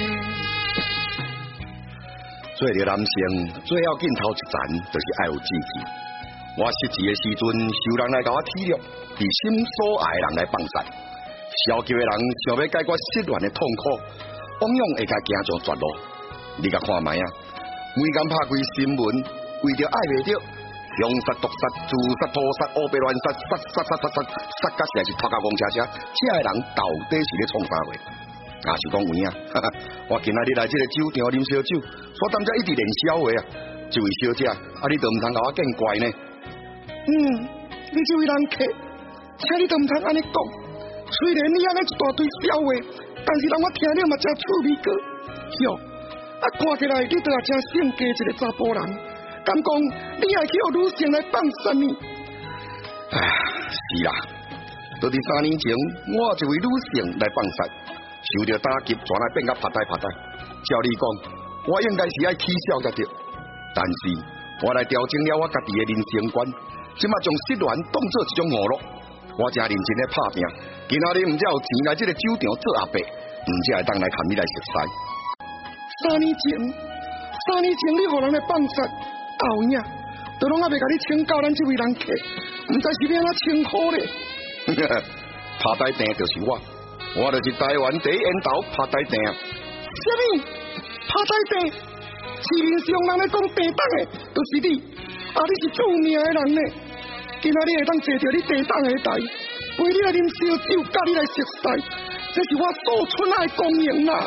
做着男性最要紧头一层，就是爱有志气。我失志的时阵，受人来甲我体谅，伫心所爱的人来放杀。消极的人想要解决失恋的痛苦，往往会甲行上绝路。你甲看卖啊，每天拍开新闻，为着爱袂着，凶杀、毒杀、自杀、屠杀、乌白乱杀、杀杀杀杀杀杀，甲实在是拖甲公车车，这个人到底是咧创啥话？啊，是讲有影，我今仔日来这个酒店啉烧酒，所以当遮一直连消话啊。这位小姐，啊，你都唔通甲我见怪呢？嗯，你这位人客，请你都唔通安尼讲。虽然你安尼一大堆消话，但是让我听了嘛真趣味个。哟，啊，看起来你都也真性格一个查甫人，敢讲你还去学女性来放什么？唉，是啦，都伫三年前，我一位女性来放杀。受到打击，全来变甲拍呆拍呆。照你讲，我应该是爱起笑才对。但是我来调整了我家己的人生观，即马将失恋当作一种娱乐。我真认真咧拍拼，今仔日毋只有钱来这个酒店做阿伯，毋只会当来看你来熟悉。三年前，三年前你互人来放杀，后影都拢还未甲你请教咱这位人客，毋知是要安怎称呼咧。拍呆定就是我。我就是台湾第一烟头拍呆定啊！什么拍呆定？市面上人咧讲地档的，就是你，啊！你是著名的人呢。今仔日会当坐着你地档的台，陪你来啉烧酒，甲你来熟悉，这是我所存爱的光荣啦。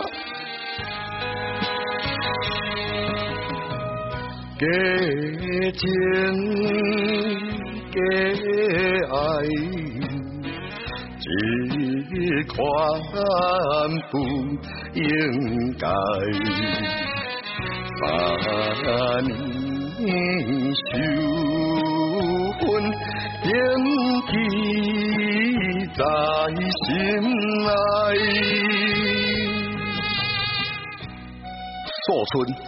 假情假爱。这款不应该，三年羞恨铭记在心内。素春，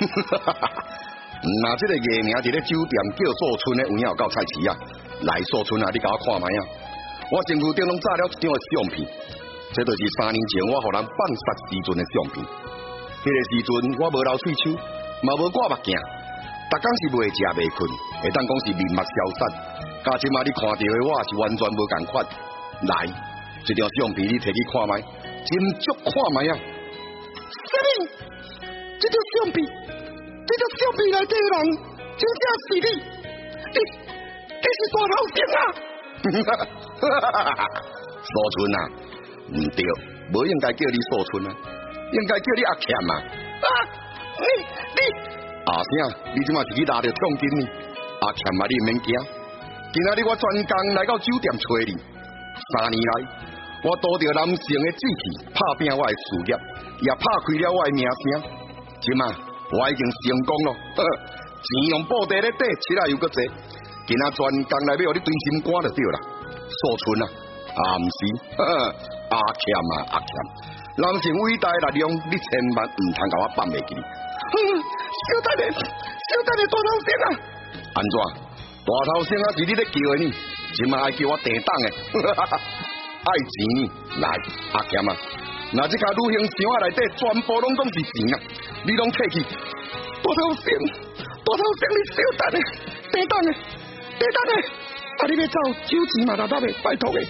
那这个艺名伫咧酒店叫素春的，有影有够菜市啊！来素春啊，你甲我看卖啊！我身躯顶拢炸了一张的相片，这就是三年前我互人放杀时阵的相片。迄个时阵我无流喙手，嘛无挂目镜，逐工是袂食袂困，会当讲是面目消散。加即马你看到的我也是完全无共款。来，这张相片你摕去看卖，斟酌看卖啊！什么？这张相片，这张相片内底的人，真正是你？你你是大头精啊！哈哈哈哈素春啊，唔对，无应该叫你素春啊，应该叫你阿欠啊！啊，你你阿啥？你即马是去拿着痛金呢？阿欠啊，你唔免惊。今仔日我专工来到酒店找你，三年来我拄着男性的志气，拍拼我的事业，也拍开了我的名声。即嘛，我已经成功了，呵呵钱用布袋咧底，吃啊又搁济，今仔专工来要互你堆心肝就对啦。素春啊，啊毋是，呵呵阿欠啊阿欠，男性伟大的力量，你千万毋通甲我放袂记。嗯，小等下，小等下大头先啊，安怎？大头先啊是你咧叫的呢？即嘛爱叫我地当的，爱钱呢？来，阿欠啊！那这家旅行箱啊内底全部拢总是钱啊！你拢客气，大头先，大头先你小等的，地当的，地当的，啊你要走，手钱嘛拿得袂，拜托的。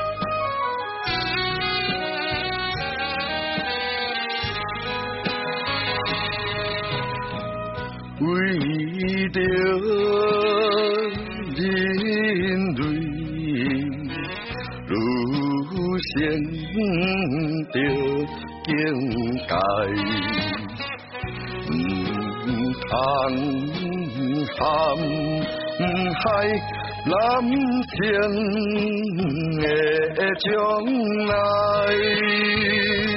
为着人类愈显着境界，唔通陷害男性的将来。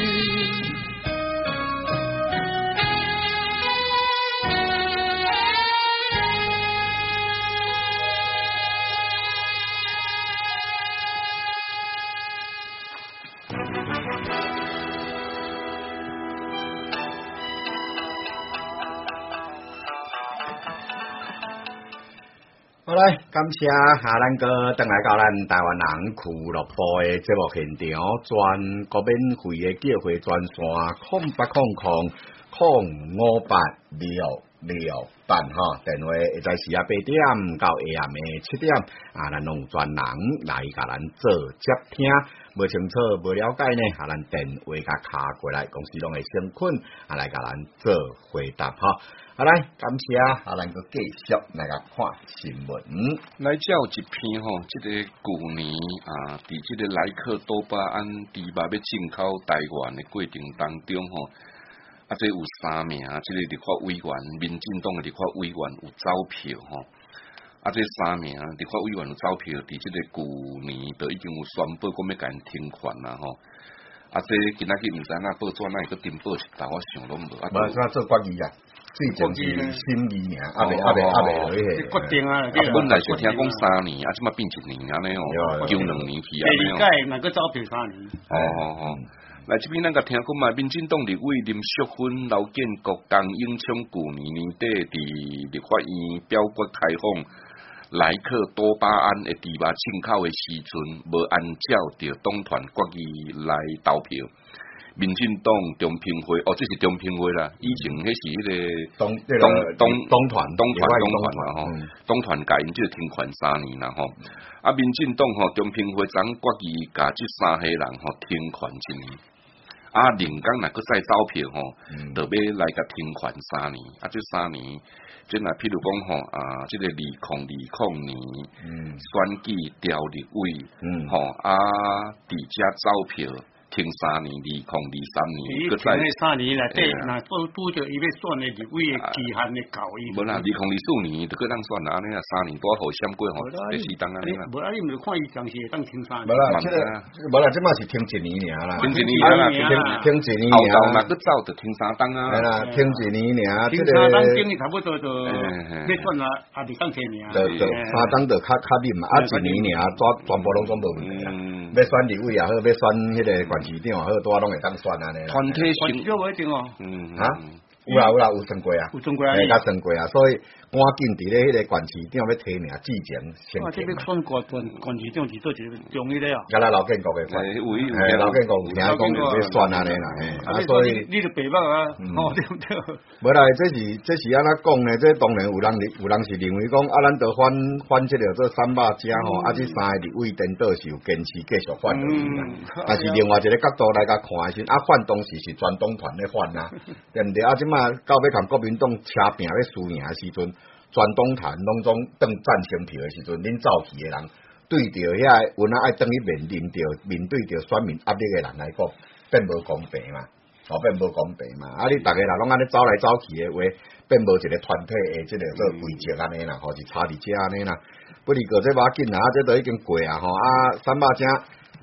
好来，感谢哈咱哥登来到咱台湾人俱乐部的节目现场，全国免费的叫货专线空八空空空五八六六八哈，电话会在时啊八點到下暗的七點，啊，咱用專人來甲咱做接聽，無清楚無了解呢，啊，咱電話甲卡過來，公司攏會先困，啊，來甲咱做回答哈。好來，感謝啊，咱個繼續來甲看新聞。 來照一篇吼，即、這個舊年啊，佇即個萊克多巴胺豬肉要進口台灣的過程當中吼，啊，這有三名，即、這個立法委員，民進黨的立法委員有走票吼，啊，這三名立法委員有走票，佇即個舊年就已經有宣布講要甲因停權啦吼。啊，這今仔日毋知影報紙哪會閣登報一道，我想攏無。啊， 無怎做決議啊？最近是審議爾，啊未啊未啊未落去迄。 決定啊！ 啊，本來是聽講三年，啊，即馬變一年安尼哦，叫兩年去安尼哦。 第二屆若閣走票三年。 哦哦哦，來這邊咱甲聽講嘛，民進黨立委林淑芬、劉建國、江永昌舊年年底佇立法院表決開放萊克多巴胺的豬肉進口的時陣，無按照着黨團決議來投票。民進黨中評會，哦，這是中評會啦。以前迄是迄個黨黨黨黨團黨團黨團啦吼，黨團甲因即個停權三年啦吼。啊，民進黨吼中評會總決議甲即三個人吼停權一年。啊，連江若閣再走票吼，就要來甲停權三年。啊，即三年，即若譬如講吼啊，即個二零二零年選舉調立委，吼啊，佇遮走票。停三年，二零二三年， 佮再三年內底，若拄拄着伊要選的立委的期限的到伊。 無啦，二零二四年就佮當選啦，安尼啊，三年多好閃過吼，第四當安尼啦。 無啊，你毋是看伊當時會當停三年？ 無啦，即個無啦，即馬是停一年爾啦， 停一年啦，停停一年爾。 後頭若佮走就停三當啊。 係啦，停一年爾。 停三當等於差不多就要選啦，啊，二當提名。 就就三當就較較啉啊，啊一年爾，全全部攏總無問題啦。要選立委也好，要選迄個縣市長也好，多攏會當選安尼啦。 團體選少無一定哦。 嗯啊，有啦有啦，有算過啊， 有算過啊， 誒，甲算過啊，所以趕緊佇咧迄個縣市長要提名之前先啊，這要選過縣縣市長是做一個重要的啊。 甲咱劉建國嘅選，誒，劉建國有聽講就要選安尼啦，啊，所以你著白目啊，哦對唔對？ 無啦，這是這是安怎講呢？這當然有人有人是認為講啊，咱著反反即個做三百家吼，啊，這三個立委顛倒是有堅持繼續反落去啦。但是另外一個角度來甲看的是，啊，反當時是全黨團咧反啊，對毋對？啊，即馬到尾同國民黨車拼要輸贏的時陣，全黨團攏總當贊成票的時陣，恁走去的人對着遐有哪愛當去面臨着面對着選民壓力的人來講，變無公平嘛。哦，變無公平嘛！啊，你逐個人攏安尼走來走去誒話，變無一個團體誒，即個做規則安尼啦，吼、嗯、是差佇遮安尼啦。不離個這把緊啊，這都已經過啊！吼啊，三百正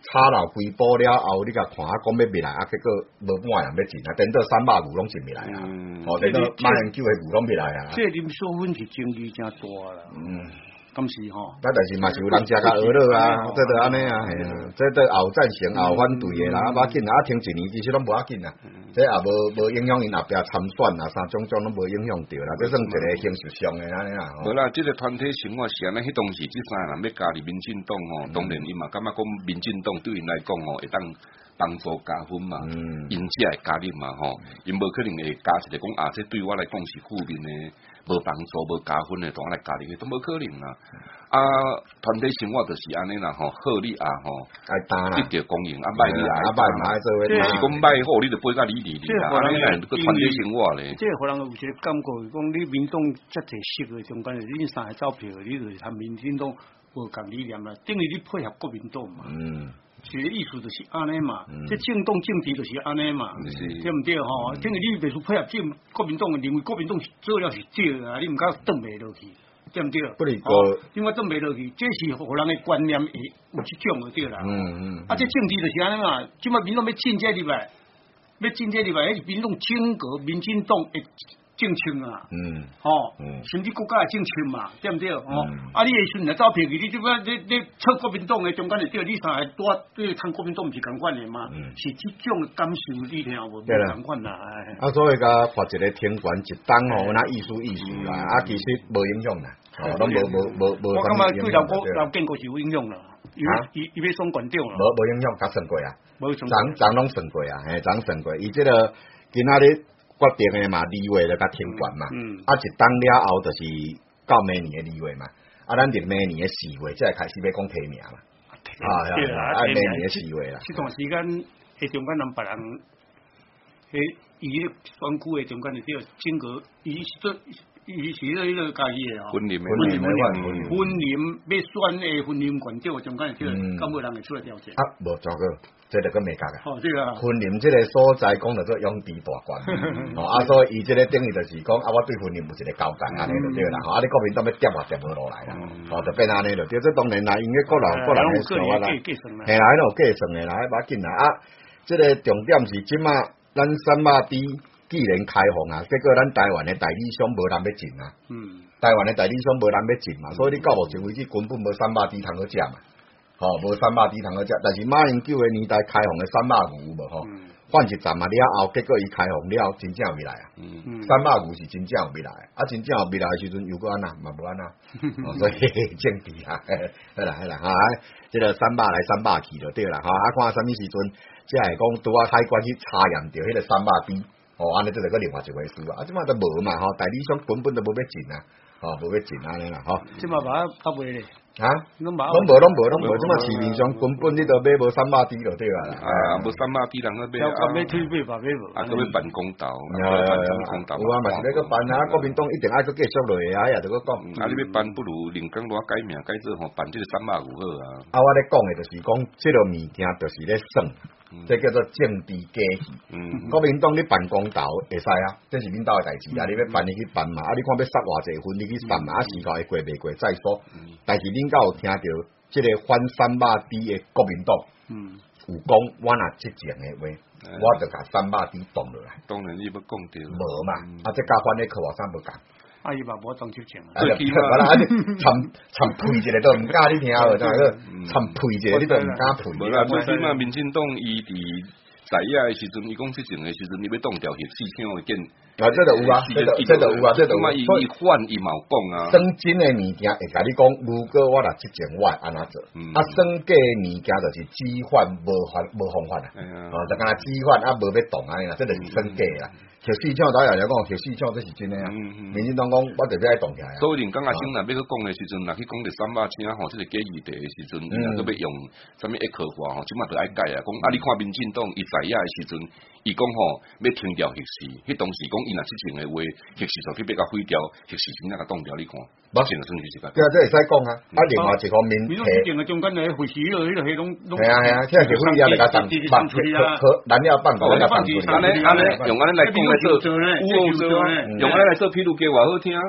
插落规波了后，你甲看啊，讲要未来啊，结果无半人要进啊，等到三百牛拢进未来啊，哦，等到马英九的牛拢未来啊。 这林淑芬是争议真大啦。嗯。咁是吼， 但但是嘛是有人食甲鹅肉啊，这都安尼啊，系啊，这都后赞成后反对的啦，啊，无要紧啊，听一年其实拢无要紧啊，这也无无影响因后壁参选啊，啥种种拢无影响到啦，这算一个形式上的安尼啦。 无啦，这个团体生活是安尼，迄当时即三人要加入民进党吼，当然伊嘛感觉讲民进党对因来讲吼会当帮助加分嘛，因才会加入嘛吼，因无可能会加一个讲啊，这对我来讲是负面的。无帮助、无加分的，当来加入去都无可能啦。啊，团体生活就是安尼啦吼，好你啊吼， 爱担啦， 一条公营啊，歹你啊， 啊歹嘛爱做伙， 是讲歹好，你就背甲你理理啦。安尼个团体生活咧， 这互人有一个感觉，讲你民众遮济色的中间，你三个走票，你就是他民进党无共理念啦，等于你配合国民党嘛。嗯。是意思就是安尼嘛，这政党政治就是安尼嘛，对毋对吼？等于你袂输配合政国民党，认为国民党做了是对啊，你毋敢转袂落去，对毋对？ 不离个， 因为转袂落去，这是互人的观念会有即种就对啦。嗯嗯。啊，这政治就是安尼嘛，即摆民众要进这入来，要进这入来，迄是民众整个民进党的政策啊，嗯，吼，嗯，甚至国家的政策嘛，对毋对？哦，啊，你诶时阵来走票去，你即摆你你测国民党诶中间就对，你三个多对看国民党毋是共款诶嘛，是即种感受你听无？无共款啦， 啊，所以甲发一个天权一党吼，那意思意思啦，啊，其实无影响啦，哦，拢无无无无。 我感觉对老国老建国是有影响啦，啊，伊伊要选馆长啦， 无无影响，甲算过啊， 无算， 咱咱拢算过啊，嘿，咱算过，伊即个今仔日。决定的嘛，二月就甲停权嘛，嗯、啊一当了后就是到明年的二月嘛，啊咱伫明年的四月才开始要讲提名嘛，啊对啊，啊明年的四月啦。 这段时间，迄中间人别人，迄伊选区的中间就叫整个，伊做伊是迄个家己的吼， 婚姻婚姻婚婚姻要选的婚姻馆长中间就叫，敢无人会出来调解？ 啊，无糟糕。这个更未讲啊！ 哦，这个婚姻这个所在讲到做永地大官，哦啊，所以伊这个等于就是讲啊，我对婚姻有一个交代安尼就对啦，吼啊，你国民党要跌也跌无落来啦，哦，就变安尼就对，这当然啦，因为各人各人的想法啦，嘿啦，迄种计算的啦，迄把紧啦啊，这个重点是即马咱三马地既然开放啊，结果咱台湾的代理商无人要进啊，嗯，台湾的代理商无人要进嘛，所以你到目前为止根本无三马地通好食嘛。吼，无三百地通好食，但是马英九诶年代开放诶三百牛无吼，换一站嘛了后，结果伊开放了，真正有未来啊！三百牛是真正有未来，啊，真正有未来诶时阵又搁安那，嘛无安那，所以政治啊，好啦好啦，哈，即个三百来三百去就对啦，哈，啊，看啥物时阵，即系讲拄啊海关去查验着迄个三百地，哦，安尼即个个另外一回事啊，啊，即马都无嘛，吼，代理商根本都无要进啊，哦，无要进安尼啦，吼， 即马把它买咧。 啊，拢无拢无拢无拢无，即马市面上根本你都买无三百滴就对啦。 啊，无三百滴人去买啊。 要买推买吧买无。 啊，搁要办公道， 啊，办公道。有啊，嘛是要搁办啊，国民党一定爱搁继续落去啊，也着搁讲。 啊，你要办不如林港罗改名改做吼办即个三百五好啊。 啊，我咧讲诶，就是讲即个物件，就是咧算。这叫做政治假戏，嗯、国民党你办公道会使啊，这是恁兜诶代志啊，嗯、你要办你去办嘛，啊你看要杀偌济分你去杀嘛，啊时间会过未过再说。嗯、但是恁敢有听到即个反三百 D 诶国民党，嗯、有讲我若即前诶话，嗯、我就甲三百 D 动落来。 当然你要讲着， 无嘛，嗯、啊这加反咧课外啥无讲。 啊！伊嘛无装修钱啊！完啦，啊你参参配一个都毋敢，你听无？怎个参配一个你都毋敢配？ 无啦，最起码民进党伊伫在野诶时阵，伊讲即前诶时阵，伊要冻掉迄四枪诶剑。 啊，这都有啊，这都这都有啊，这都有。 伊伊反伊嘛有讲啊。 生真诶物件会甲你讲，如果我若即前我会安怎做？啊，生假诶物件就是只反无反无方法啊。哦，就敢若只反啊，无要动安尼啦，这就是生假啦。摕四枪导演来讲，摕四枪这是真诶啊！民进党讲，我特别爱动起来。 所以人讲啊，先若要去讲诶时阵，若去讲着三百枪吼，即个假议题诶时阵，伊若要用啥物一科化吼，即马就爱改啊。讲啊，你看民进党伊在野诶时阵，伊讲吼要停掉核试，迄当时讲伊若即前诶话，核试就去要甲毁掉，核试真正甲冻掉，你看，目前就算是是个。 对啊，这会使讲啊。啊，另外一方面， 民众之前诶中间诶核试迄个迄个迄种， 系啊系啊，现在就毁掉来甲冻，放可可燃料棒，来甲放安尼安尼用安尼来讲来做。乌龙做，用安尼来做披露给我好听。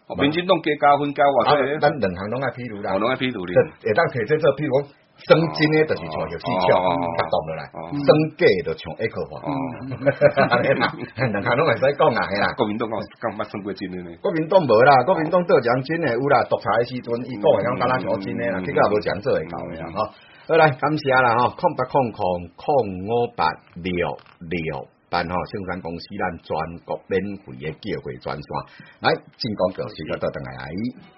民进党加加分加偌啊济？ 咱两项拢爱披露啦， 哦，拢爱披露哩。 会当摕这做，譬如讲。生真诶，就是像有技巧，较动落来；生假就像 echo 化。安尼啦，两项拢会使讲啊，嘿啦。 国民党讲讲捌生过真诶呢？ 国民党无啦，国民党做奖真诶有啦，独裁诶时阵，伊讲诶讲敢若像真诶啦，结果也无奖做会到诶啦，吼。好来，感谢啦，吼，空八空空空五八六六班吼，生产公司咱全国免费诶机会专线，来进广告时就倒转来。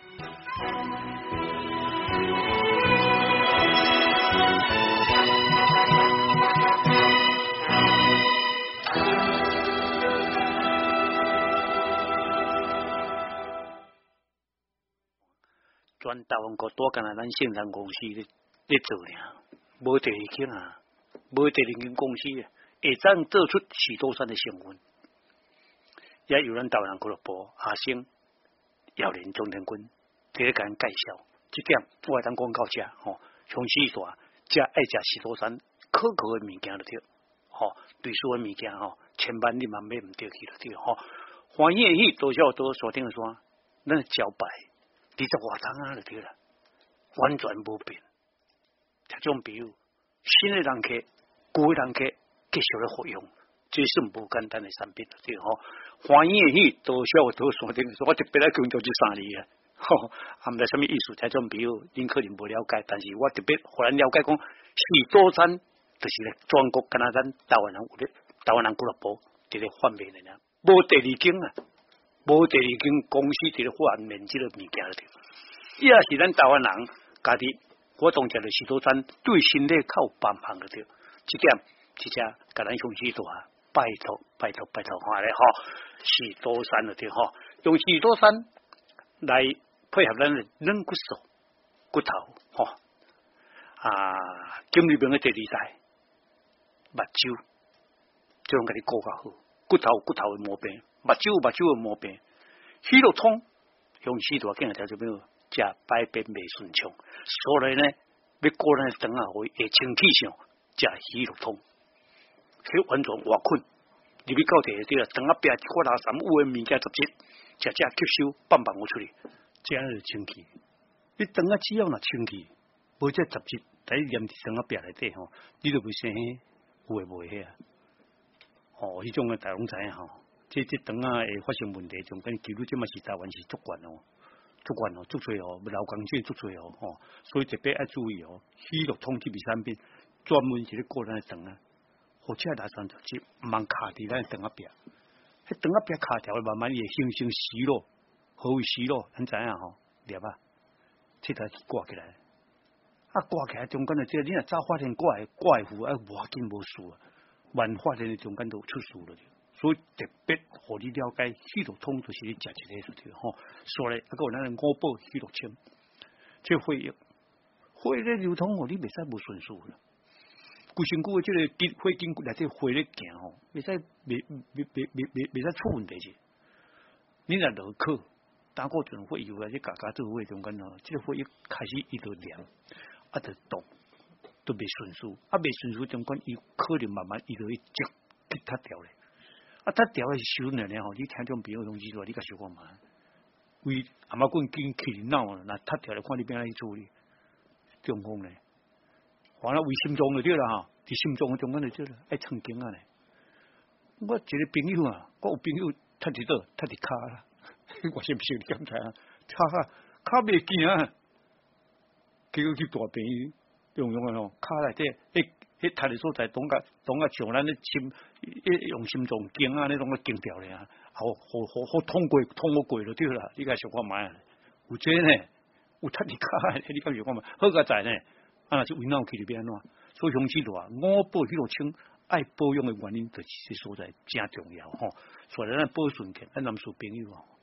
全台湾国多干那咱生产公司咧咧做俩，无第二间啊，无第二间公司会当做出许多山的成分，也有咱台湾人俱乐部阿星、姚连、钟天军伫咧甲咱介绍，这点我会当广告遮吼，从细大遮爱食许多山可口的物件就对，吼，对所有物件吼，千万你万买唔对去就对吼，欢喜喜多少多锁定说，咱招牌。二十外档啊，就对啦，完全无变。这种比如新的人客、旧的人客继续来服用，这是无简单的产品，对吼。欢喜喜多少多锁定，说我特别来强调这三字啊，吼，啊毋知什么意思？这种比如恁可能无了解，但是我特别互咱了解讲，许多山就是咧全国敢若咱台湾人有咧，台湾人俱乐部伫咧贩卖的呢，无第二间啊。无第二间公司伫咧贩卖即个物件了，也是咱台湾人家己活动者的许多山对身体较有帮忙了对，即点即只甲咱向许多啊，拜托拜托拜托看咧吼，许多山了对吼，用许多山来配合咱的软骨素、骨头吼啊，今里边嘅第二代目睭，就用甲你顾较好，骨头骨头的毛病。目睭目睭的毛病，许多痛，用许多经条这边食排便未顺畅，所以呢，要过咱肠啊会会清气上食许多痛，迄完全活困，入去到底对啦，肠啊壁一块垃圾有诶物件杂质，食食吸收放放我出去，这样就清气。你肠啊只要若清气，无这杂质在黏伫肠啊壁内底吼，你就袂生迄有诶无诶啊，哦，迄种诶大拢知影吼。这这肠啊会发生问题，从跟记录这嘛是台湾是足悬哦，足悬哦，足多哦，劳工这足多哦，吼，所以特别要注意哦。许多通这类产品专门是咧过咱的肠啊，或者垃圾杂质唔通卡伫咱肠啊壁，迄肠啊壁卡条慢慢会形成息肉，何为息肉？咱知影吼，粒啊，这台挂起来，啊挂起来中间的这个，你若早发现挂挂的符啊，无要紧无事啊，晚发现的中间都出事了。所以特别互你了解，许多通就是你食一个就对吼。所以啊，个咱五宝许多清，这血液血液流通吼，你袂使无顺序啦。规身躯的这个血血经内底血咧行吼，袂使袂袂袂袂袂使出问题是。你若落去打过阵血油啊，这加加做血中间吼，这个血液开始伊就凉，啊就动，都袂顺序，啊袂顺序中间伊可能慢慢伊就会积给塌掉咧。啊，他调的是时阵呢吼，你听种朋友同志说，你甲小看嘛，为阿妈棍紧气闹啊，那他调来看你边来去处理，中风咧，完了为心脏就对啦哈，伫心脏中间就对啦，爱曾经啊咧，我一个朋友啊，我有朋友他伫倒，他伫骹啦，我是不是你检查啊？骹骹袂见啊，结果去大病用用啊吼，骹内底诶。迄他的所在，当个当个像咱咧心，用心脏经啊，那种个经掉咧啊，好好好好通过通过过就对啦。你甲想看卖，有这呢，有他你看，你敢想看卖？好个在呢，啊那是为脑去里边安怎？所以雄起大五宝迄落清爱保养的原因，就是这所在真重要吼。所以咱保顺健，咱男士朋友哦，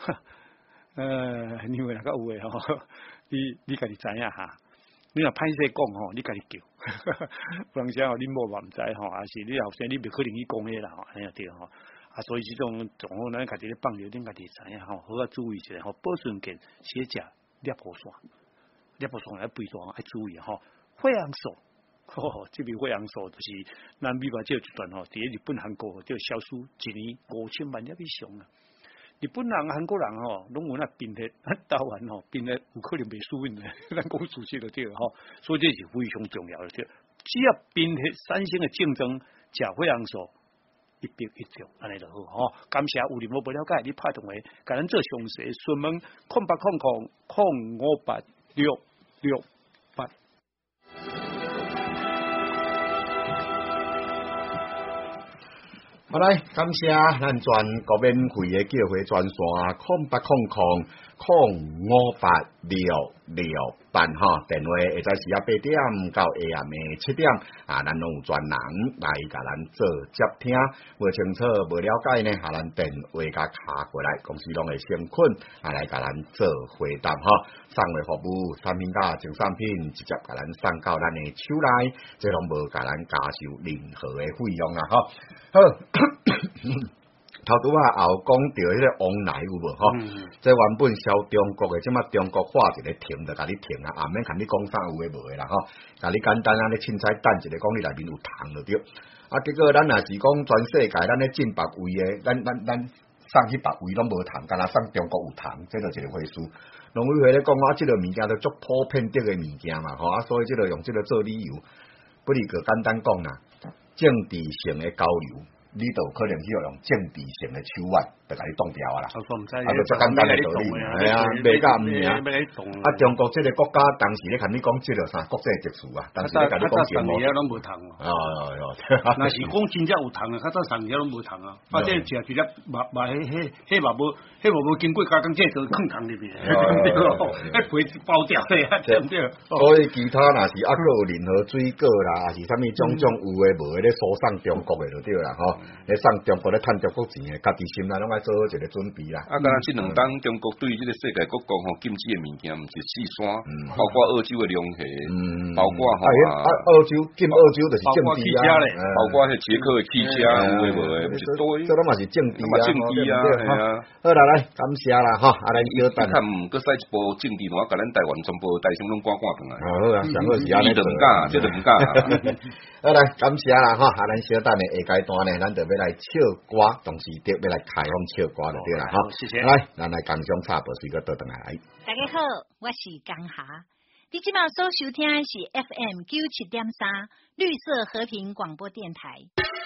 呃，你为哪个有诶吼？你你家己知影哈？你若歹势讲吼，你家己叫，不然啥吼，恁某嘛毋知吼，还是你后生你袂可能去讲迄啦吼，安尼对吼。啊，所以即种种好，咱家己咧放尿，恁家己知影吼，好啊注意一下吼，保顺健写食粒泡线，粒泡线来肥大爱注意吼，血红素，吼，即边血红素就是咱美国这一段吼，伫日本、韩国就销售一年五千万粒以上啊。 日本人、韩国人吼，拢有那冰铁，台湾吼冰铁有可能袂输赢的，咱讲事实就对了吼，所以这是非常重要的对。只要冰铁三星的竞争，假会人数一兵一将，安尼就好吼。感谢有你无不了解，你拍电话，甲咱做详细询问，空八空空空五八六六八。 好来，感谢咱全国免费的叫回专线空八空空空五八六六八哈，电话会在时啊八点到下暗的七点啊，咱拢有专人来甲咱做接听，无清楚无了解呢，啊，咱电话甲卡过来，公司拢会先困啊来甲咱做回答哈，送的服务产品甲精产品直接甲咱送到咱的手内，这拢无甲咱加收任何的费用啊哈，好。头拄啊，后讲到迄个往来有无吼？嗯、这原本销中国的，即马中國話一個停就甲你停啊，啊免看你講啥有誒無誒啦吼，甲你簡單啊，你凊彩等一個講你內面有糖就對。啊，結果咱若是講全世界咱咧進別位誒，咱咱咱送去別位攏無糖，敢若送中國有糖，這就一個回事。農委會咧講啊，即個物件都足普遍的嘅物件嘛，吼啊，所以即個用即個做理由，不如個簡單講啦，政治性嘅交流。你就可能需要用政治性嘅手腕，就甲你擋掉啊啦。啊，就最簡單嘅道理，係啊，未甲唔贏。啊，中國即個國家當時咧，同你講即個啥國際特殊啊，當時咧甲你講什麼？啊，攏無糖哦。哦哦， 若是講真正有糖啊，較早上嘢攏無糖啊，或者食直接嘛嘛，迄迄迄嘛無，迄嘛無經過加工製造，放糖入面，對咯，迄皮包掉咧，對唔對？ 所以其他若是啊，個任何水果啦，還是啥物種種有誒無誒咧，所送中國誒就對啦，吼。咧送中國咧趁中國錢嘅，家己心內攏愛做好一個準備啦。 啊，敢若即兩當中國對於即個世界各國吼禁止嘅物件，毋是四川，包括澳洲嘅龍蝦，包括吼啊澳洲禁澳洲就是政治啊， 包括迄捷克嘅汽車，有誒無誒，毋是多， 這攏嘛是政治啊， 政治啊，係啊。 好啦，來感謝啦，哈，啊咱小等。 看毋過使一部政治，我甲咱台灣全部大聲攏掛掛轉來。 好啊，上好時間咧， 就唔敢，即就唔敢。 好來，感謝啦，哈，啊咱小等嘅下階段咧，咱就要來唱歌，同時得要來開放唱歌就對啦，哈。謝謝。來，咱來共享插播時個倒轉來。 大家好，我是江霞。你今晚所收聽的是 F M 九七點三綠色和平廣播電台。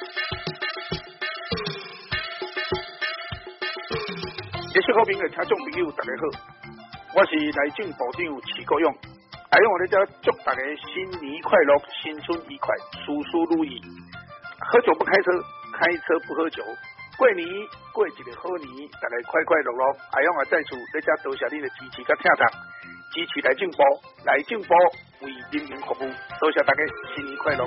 綠色和平嘅聽眾朋友，大家好，我是內政部長徐國勇。哎，我哋就祝大家新年快樂，新春愉快，事事如意。喝酒不開車，開車不喝酒。過年過一個好年，大家快快樂樂。哎，我在此在這多謝你的支持和聽眾，支持內政部，內政部為人民服務，多謝大家，新年快樂。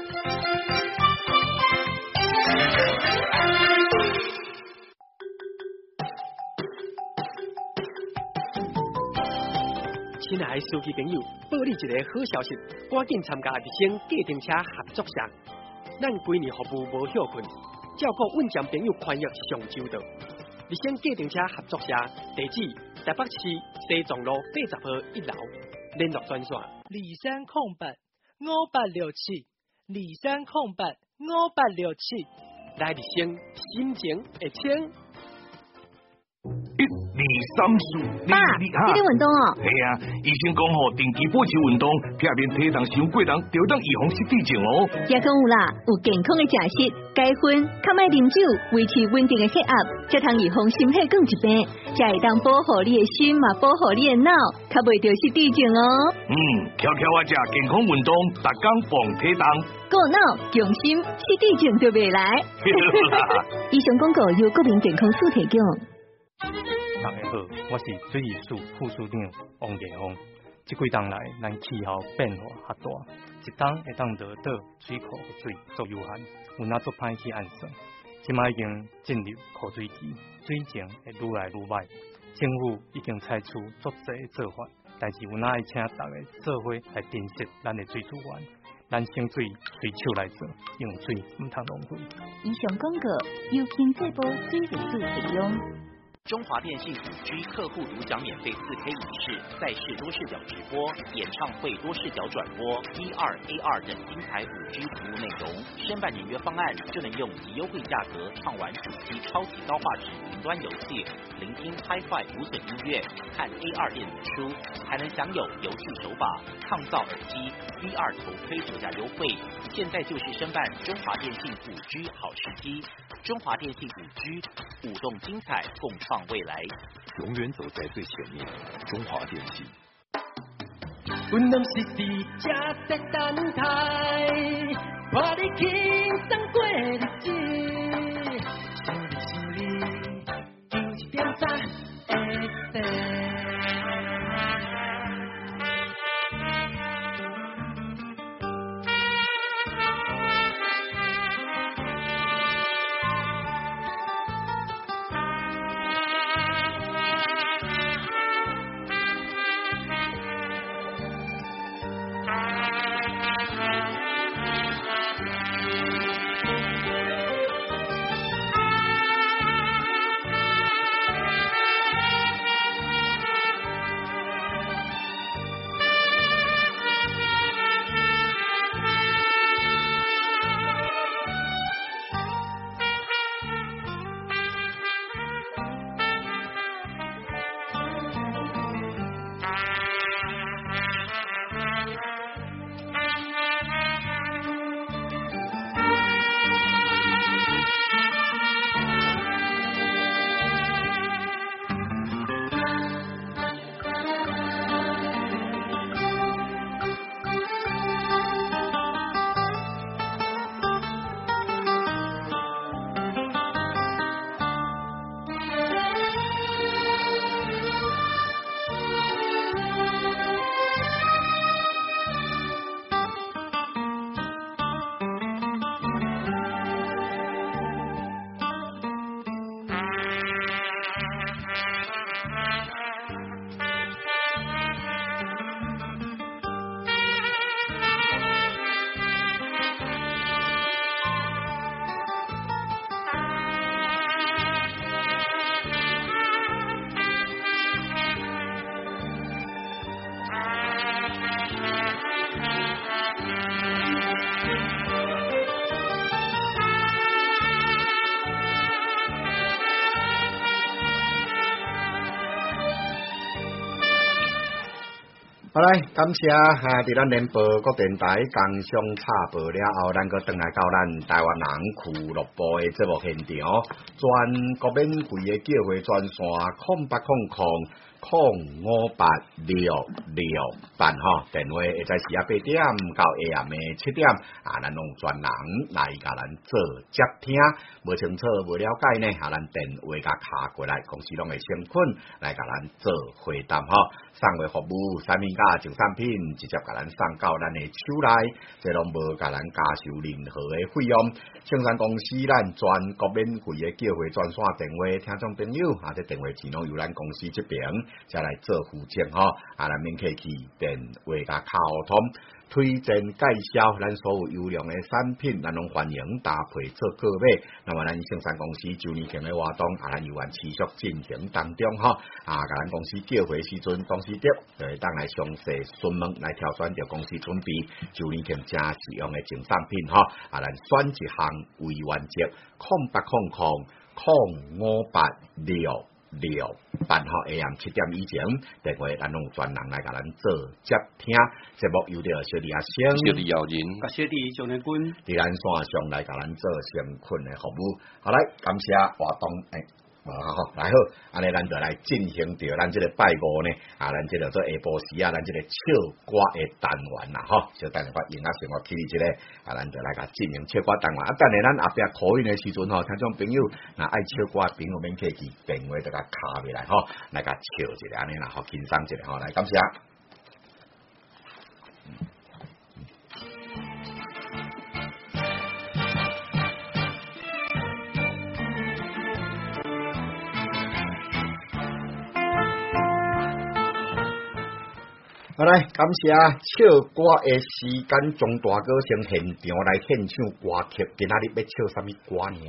親愛的司機朋友，報你一個好消息，趕緊參加日升計程車合作社。咱規年服務無休困，照顧穩將朋友快樂上周到。日升計程車合作社地址：台北市西藏路八十號一樓，聯絡專線：二三空八五八六七，二三空八五八六七。來日升心情會清。 一、二、三、四， 爸，你咧運動哦？ 係啊，醫生講吼，定期保持運動，避免體重傷過重，就當預防失智症哦。 也講有啦，有健康嘅食食，戒葷，較賣啉酒，維持穩定嘅血壓，才通預防心血管疾病，才會當保護你嘅心，嘛保護你嘅腦，較袂着失智症哦。 嗯，悄悄啊，食健康運動，逐工防體重， 顧腦強心，失智症就袂來。以上廣告由國民健康署提供。 大家好，我是水利署副署長王建峰。這幾當來，咱氣候變化較大，一當會當落倒水庫的水足有限，有哪足歹去按算。現在已經進入枯水期，水情會愈來愈歹。政府已經採取足濟做法，但是有哪會請大家做伙來珍惜咱的水資源，咱省水隨手來做，用水唔通浪費。 以上廣告由經濟部水利署提供。 中华电信五 G 客户独享免费四 K 影视、赛事多视角直播、演唱会多视角转播、V R A R 等精彩五 G 服务内容。申办年约方案就能用极优惠价格畅玩主机超级高画质云端游戏，聆听 Hi-Fi 无损音乐，看 A R 电子书，还能享有游戏手把、抗噪耳机、V R 头盔折价优惠。现在就是申办中华电信五 G 好时机。中华电信五 G， 舞动精彩，共创未来， 永远走在最前面。中华电信。 阮拢是伫这在等待，看你轻松过日子，想你想你，有一点早会醒。 好来，感谢哈！伫咱联播各电台工商插播了后，咱搁转来到咱台湾人俱乐部的节目现场，全国免费的叫货专线空八空空空五八六六八吼，电话会在时啊八点到下暗的七点啊，咱用专人来甲咱做接听，无清楚无了解呢，啊，咱电话甲卡过来，公司拢会先困来甲咱做回答吼。送货服务产品甲旧产品直接甲咱送到咱的手内，这拢无甲咱加收任何的费用。青山公司咱全国免费的叫货专线电话，听众朋友啊，这电话钱拢由咱公司这边再来做负责吼，啊，咱免客气，电话甲卡互通。推荐介绍咱所有优良的产品，咱拢欢迎搭配做购买。那么咱青山公司周年庆的活动，啊，咱依然持续进行当中吼。啊，甲咱公司叫回时阵，公司着就会当来详细询问，来挑选着公司准备周年庆正实用的精产品吼。啊，咱选一项为原则，空八空空空五八六。六办好 A M 七点以前，电话咱用专人来甲咱做接听节目，有着小弟阿星、 小弟姚人、 甲小弟张连军， 伫咱线上来甲咱做先困的服务。好来，感谢活动诶。啊好，来好，安尼咱就来进行着咱这个拜五呢，啊，咱这个做下晡时啊，咱这个唱歌的单元啦，吼，小等下把音乐生活起哩，这个啊，咱就来甲进行唱歌单元。啊，等下咱后壁考运的时阵吼，听众朋友，若爱唱歌的朋友免客气，电话就甲卡起来吼，来甲唱一下安尼啦，好轻松一下吼，来感谢。好来，感谢唱歌的时间，钟大哥先现场来献唱歌曲，今仔日要唱啥物歌呢？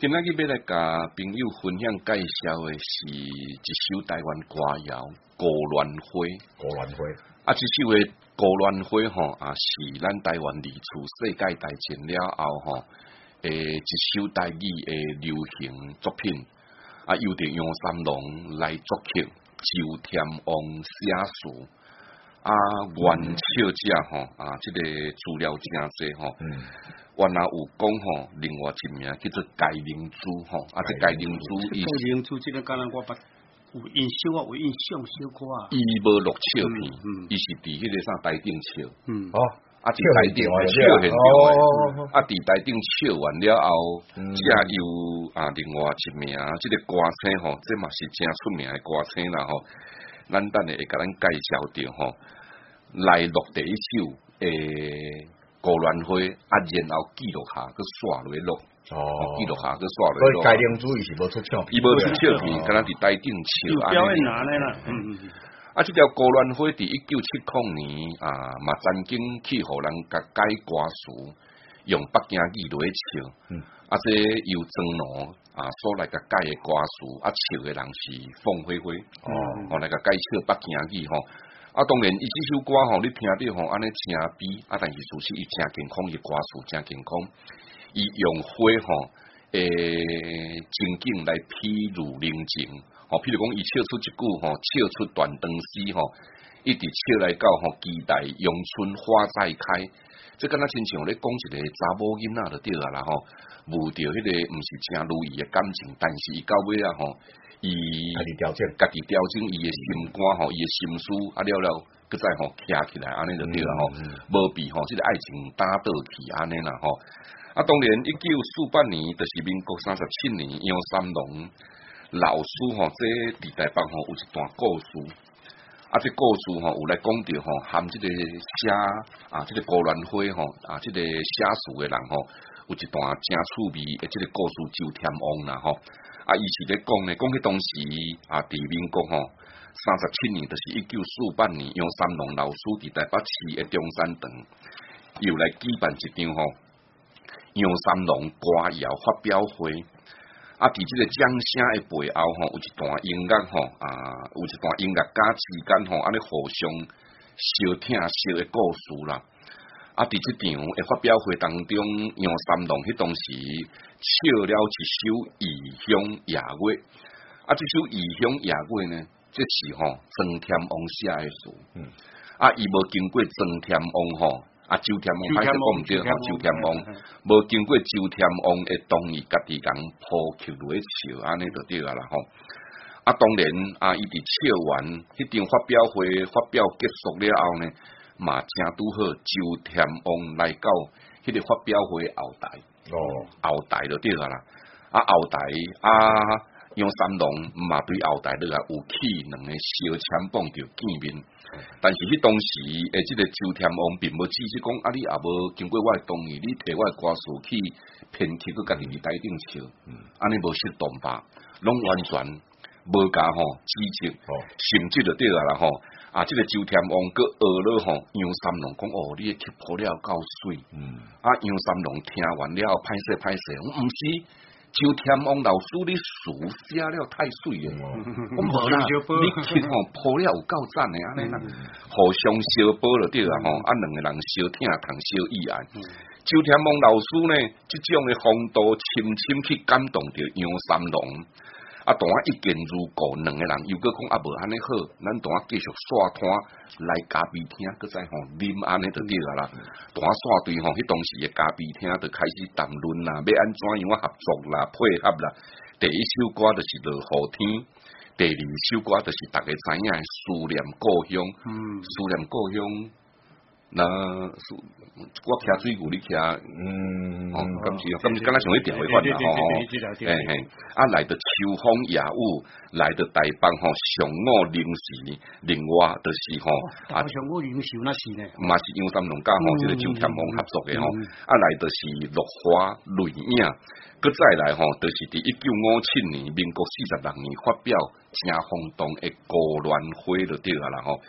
今仔日要来甲朋友分享介绍的是一首台湾歌谣《孤鸾花》。 孤鸾花啊，这首的《孤鸾花》吼，啊是咱台湾离厝世界大战了后吼，诶一首台语的流行作品。啊，由着杨三郎来作曲，周天王写词。啊，原唱者吼啊，即、這个资料真济吼。嗯。原来有讲吼，另外一名叫做盖灵珠吼，啊，这盖灵珠伊。 盖灵珠这个敢若我捌有印象啊，有印象小可啊。 伊无录唱片，伊、嗯、是伫迄个啥台顶唱。嗯。哦。啊，伫台顶唱现场诶。啊，伫台顶唱完了后，才、嗯、有啊另外一名，即、這个歌星吼，这嘛是真出名诶歌星啦吼。咱等下会甲咱介绍着吼，来录第一首诶《孤鸾花》，啊，然后记录下，佮刷落落，哦，記錄下，佮刷落落。所以盖靈珠伊是無出唱片， 伊無出唱片，敢若伫台頂唱。 表演哪咧啦？嗯嗯嗯。 啊，即條孤鸞花伫一九七零年啊，嘛曾經去互人甲改歌詞，用北京語來唱。嗯。啊，這由曾羅啊所來甲改嘅歌詞，啊唱嘅人是鳳飛飛。哦。我來甲改唱北京語吼。啊，當然，伊即首歌吼，你聽着吼，安尼真美，啊，但是事實伊真健康，伊歌詞真健康，伊用花吼，誒、欸，情景來譬如寧靜，吼，譬如講，伊唱出一句吼，唱出斷腸詩吼，一直唱來到吼，期待陽春花再開，即敢若親像咧講一個查某囡仔就對啊啦吼，無着迄個毋是真如意嘅感情，但是伊到尾啊吼。伊家己調整，家己調整伊誒心肝吼，伊誒心思啊了了，佮再吼徛起來，安尼就對啦吼，無比吼，即個愛情打倒去安尼啦吼。啊，當然一九四八年，就是民國三十七年，楊三郎老師吼，即佇台北吼有一段故事，啊，即故事吼有來講着吼，含即個寫啊，即個孤鸞花吼，啊，即個寫詞誒人吼，有一段真趣味誒即個故事，周天王啦吼。啊，伊是咧講咧，講起當時啊，佇民國吼三十七年，就是一九四八年，楊三郎老師佇台北市嘅中山堂，又來舉辦一場吼楊三郎歌謠發表會。啊，佇即個掌聲嘅背後吼，有一段音樂吼，啊，有一段音樂家之間吼，安尼互相相聽相嘅故事啦。啊！佇即場誒發表會當中，楊三郎迄當時唱了一首《異鄉夜話》。啊！即首《異鄉夜話》呢，即是吼曾天王寫誒詞。嗯。啊！伊無經過曾天王吼，啊周天王歹勢講毋對吼，周天王無經過周天王誒同意，家己共譜曲落去唱，安尼就對啊啦吼。啊！當然啊，伊佇唱完迄場發表會發表結束了後呢，嘛正拄好，周天王來到迄個發表會後台，哦，後台就對啦。啊，後台啊，楊三郎嘛對後台咧啊有起兩個小簽綁着見面，但是迄當時誒，即個周天王並無只是講啊，你也無經過我誒同意，你摕我誒歌詞去編曲，佮家己佇台頂唱，安尼無適當吧？攏完全無甲吼支持，甚至就對啦吼。啊！即、這個周天王佮學了吼，楊三郎講哦，你誒曲譜了夠水。嗯。啊，楊三郎聽完了後，歹勢歹勢，我毋是周天王老師，你詞寫了太水誒。我無啦，你曲吼譜了有夠讚誒，安尼啦，互相相補就對啦吼。啊，兩個人相聽同相意愛。嗯、周天王老師呢，即種誒風度，深深去感動着楊三郎。啊，當啊一見如故，兩個人又閣講啊無安尼好，咱當啊繼續刷攤來咖啡廳，閣再吼啉安尼就對啦啦。當啊刷對吼，迄當時嘅咖啡廳就開始談論啦，要安怎樣合作啦、配合啦。第一首歌就是落雨天，第二首歌就是大家知影嘅思念故鄉，嗯、思念故鄉。那我徛水牛，你徛，嗯，哦，咁是，咁是，敢若像迄電話款啦，吼，嘿嘿，啊，來到秋風夜霧，來到台北吼，上午零時，另外就是吼，啊， 上午零時那是呢， 嘛是楊三郎甲吼，即個周天王合作嘅吼，啊，來到是落花淚影，佮再來吼，就是佇一九五七年，民國四十六年發表正轟動嘅孤鸞花就對啦啦吼。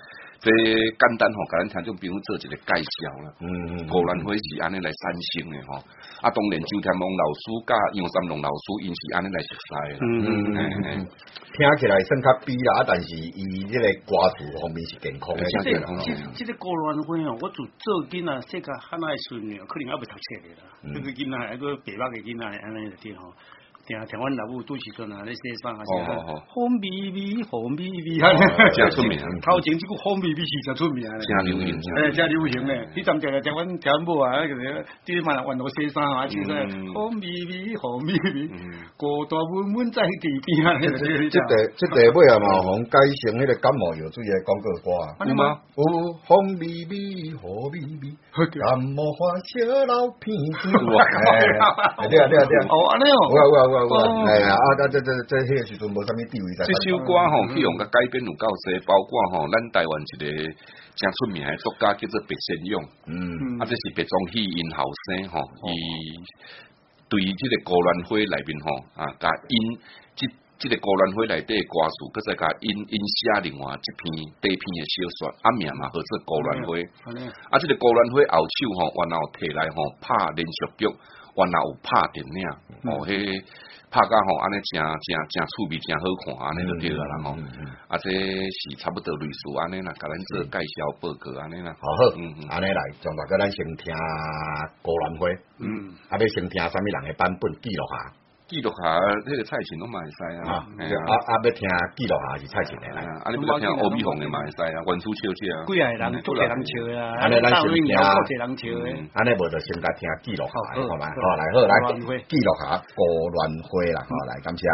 这简单吼，甲咱听众朋友做一个介绍啦。 嗯嗯， 高兰花是安尼来产生的吼，啊，当然周天龙老师甲杨三龙老师因是安尼来熟悉的。 嗯嗯嗯，听起来算较比啦，但是伊这个歌词方面是健康的。 这个这个高兰花哦，我做做囡仔说个汉爱孙女，可能还未读册的啦。这个囡仔还个北北嘅囡仔安尼就对吼。听听阮老母拄时阵啊，咧说啥啊？红咪咪，红咪咪， 真出名。 头前即个红咪咪是真出名咧， 真流行， 诶，真流行咧。你站在来听阮听阮母啊，那个啲嘛人玩到说啥啊？其实红咪咪，红咪咪，孤单闷闷在地边啊。 即个即个尾啊嘛，红改成迄个感冒药水的广告歌啊。 有吗？ 有红咪咪，红咪咪，感冒发烧老片子。对啊对啊对啊。 哦，安尼哦。 有啊有啊。哎呀，啊，这这这迄个时阵无啥物地位在。 这首歌吼，去用个改编有够多，包括吼，咱台湾一个真出名的作家叫做白先勇，嗯，啊，这是白宗羲因后生吼，伊对这个高兰花内面吼，啊，甲因这这个高兰花内底的歌词，佮再甲因因写另外一篇第一篇的小说，啊名嘛号做高兰花，啊，这个高兰花后手吼，原来有摕来吼拍连续剧。原来有拍电影，哦，迄拍甲吼，安尼真真真趣味，真好看，安尼就对啦啦吼。啊，这是差不多类似安尼啦，甲咱做介绍报告安尼啦。 好好，嗯嗯，安尼来，将来个咱先听高兰花，嗯，啊，要先听啥物人的版本记录下。 记录下，迄个蔡琴拢嘛会使啊， 啊啊要听记录下是蔡琴的啦， 啊你要听欧美红的嘛会使啊，原始唱这啊， 几个人都个人唱啊， 安尼咱先听， 个人唱的， 安尼无就先甲听记录下来，好嘛，好来好来记录下高兰花啦，好来感谢。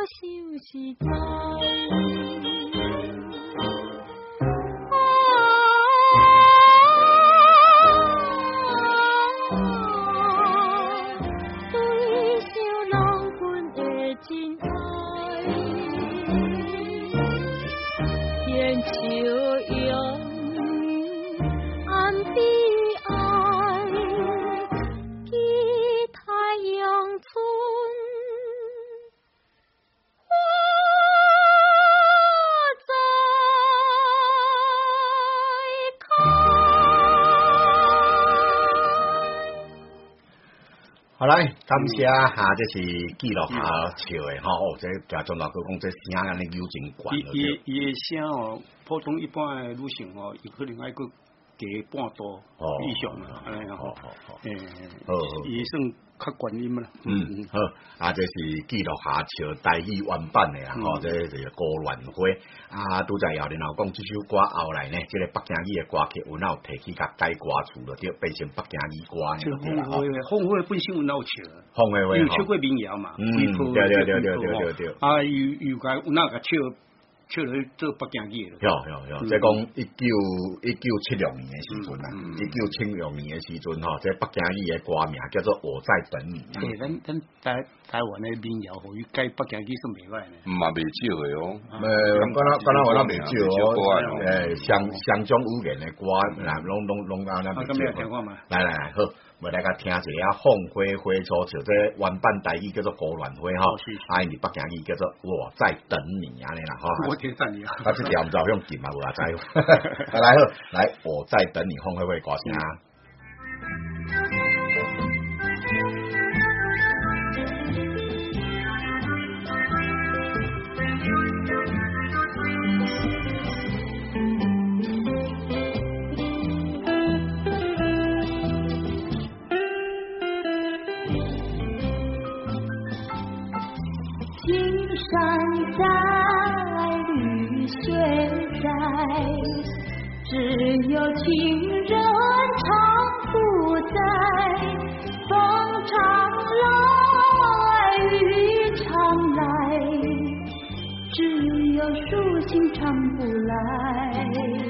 休息在。 好来，感谢哈，这是记录下笑的吼，哦，这家中老哥讲这声安尼有真悬。 伊伊伊的声哦，普通一般的女性哦，伊可能爱个加半度以上啦，安尼吼。诶，好，伊算较悬音啦。 嗯，好，啊，这是记录下笑台语原版的啦，吼，这是高乱花。啊，拄在后然后讲这首歌后来呢，这个北京语的歌曲有哪有提起甲改歌词了，就变成北京语歌呢？ 凤花，凤花本身有哪有唱？ 凤花花， 有唱过民谣嘛？ 嗯，对对对对对对对。 啊，有有甲有哪个唱？唱来做北京语了， 有有有，即讲一九一九七六年的时阵啊，一九七六年的时阵吼，即北京语的歌名叫做《我在等你》。 诶，咱咱台台湾的民谣，互伊改北京语算袂歹呢。 嘛袂少的哦， 诶，敢若敢若我那袂少哦，诶，相相中有言的歌，嗱，拢拢拢安尼袂少。来来来，好。我来甲听一下啊，凤花花草草，这原版台语叫做高乱花吼，啊，因北京语叫做我在等你安尼啦吼。 我听等你啊！ 啊，这条唔知道用点嘛，无啊知。来好，来我在等你，凤花花歌声。 只有情人常不在，风常来，雨常来，只有书信常不来。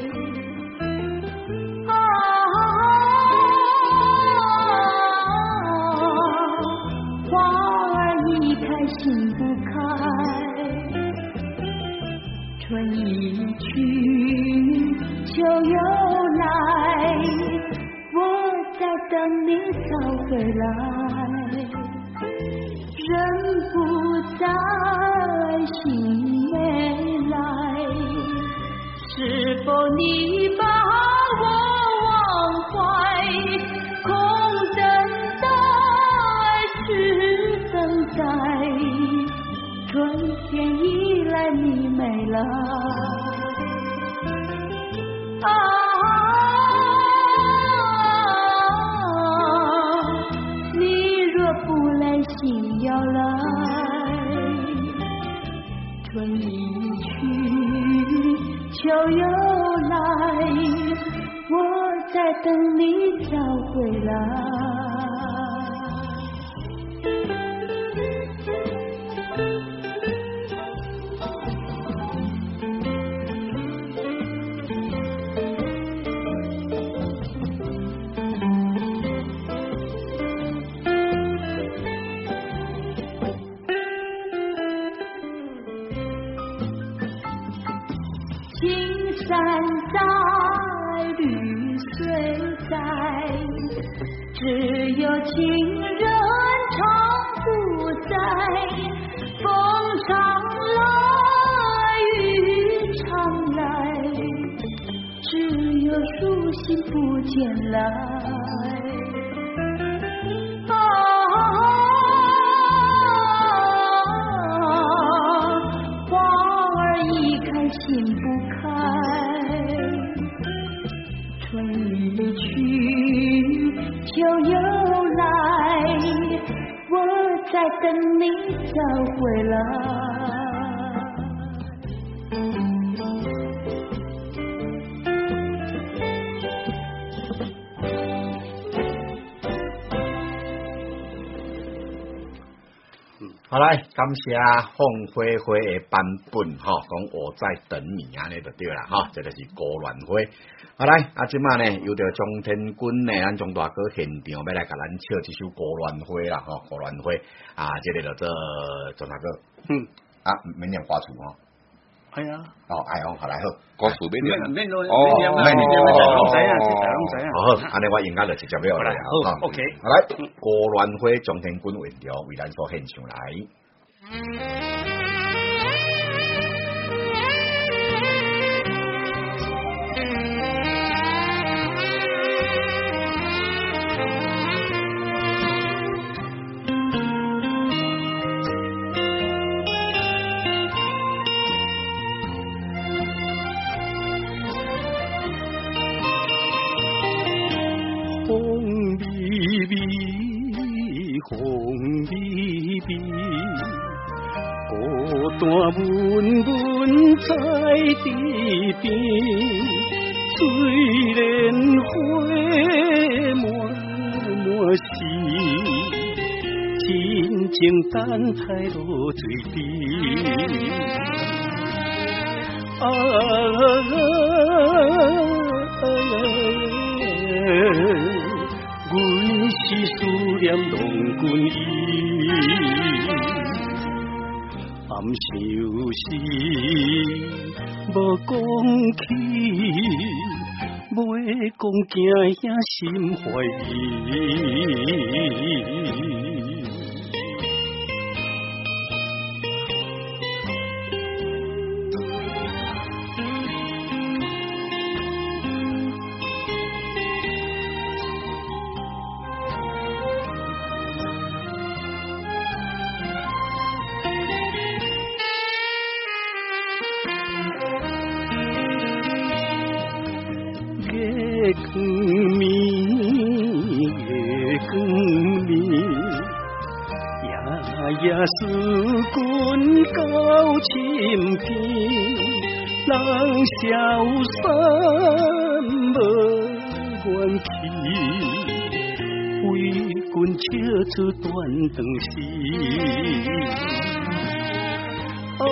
啊，花儿一开心不开，春一去秋又来，我在等你早回来。人不在，心没来，是否你把我忘怀？空等待，是等待，春天一来你没来。啊，你若不来，心要来。春一去，秋又来，我在等你早回来。山在，绿水在，只有情人常不在。风常来，雨常来，只有书信不见来。啊，花儿一开心不开。春一去，秋又来，我在等你早回来。 好来，感谢凤飞飞的版本吼，讲我在等你安尼就对啦吼，这个是高鸾花。好来，啊，即马呢，有着钟天军呢，咱钟大哥现场要来甲咱唱这首高鸾花啦吼，高鸾花啊，这个就做钟大哥， 嗯， 啊，免念歌词吼。 系啊， 哦，哎哦，好来好， 歌词免念， 免念， 哦， 免念，拢知啊，大家拢知啊。 好，安尼我应该就直接要来好 ，OK， 好来，高鸾花钟天军原调为咱所献上来。 温温在地边，虽然花满满是，真情等待落水边。啊阮是思念郎君意。暗想是无讲起，袂讲惊遐心怀疑。光暝月光暝，夜夜思君到深更，人消散无怨气，为君笑出断肠时。啊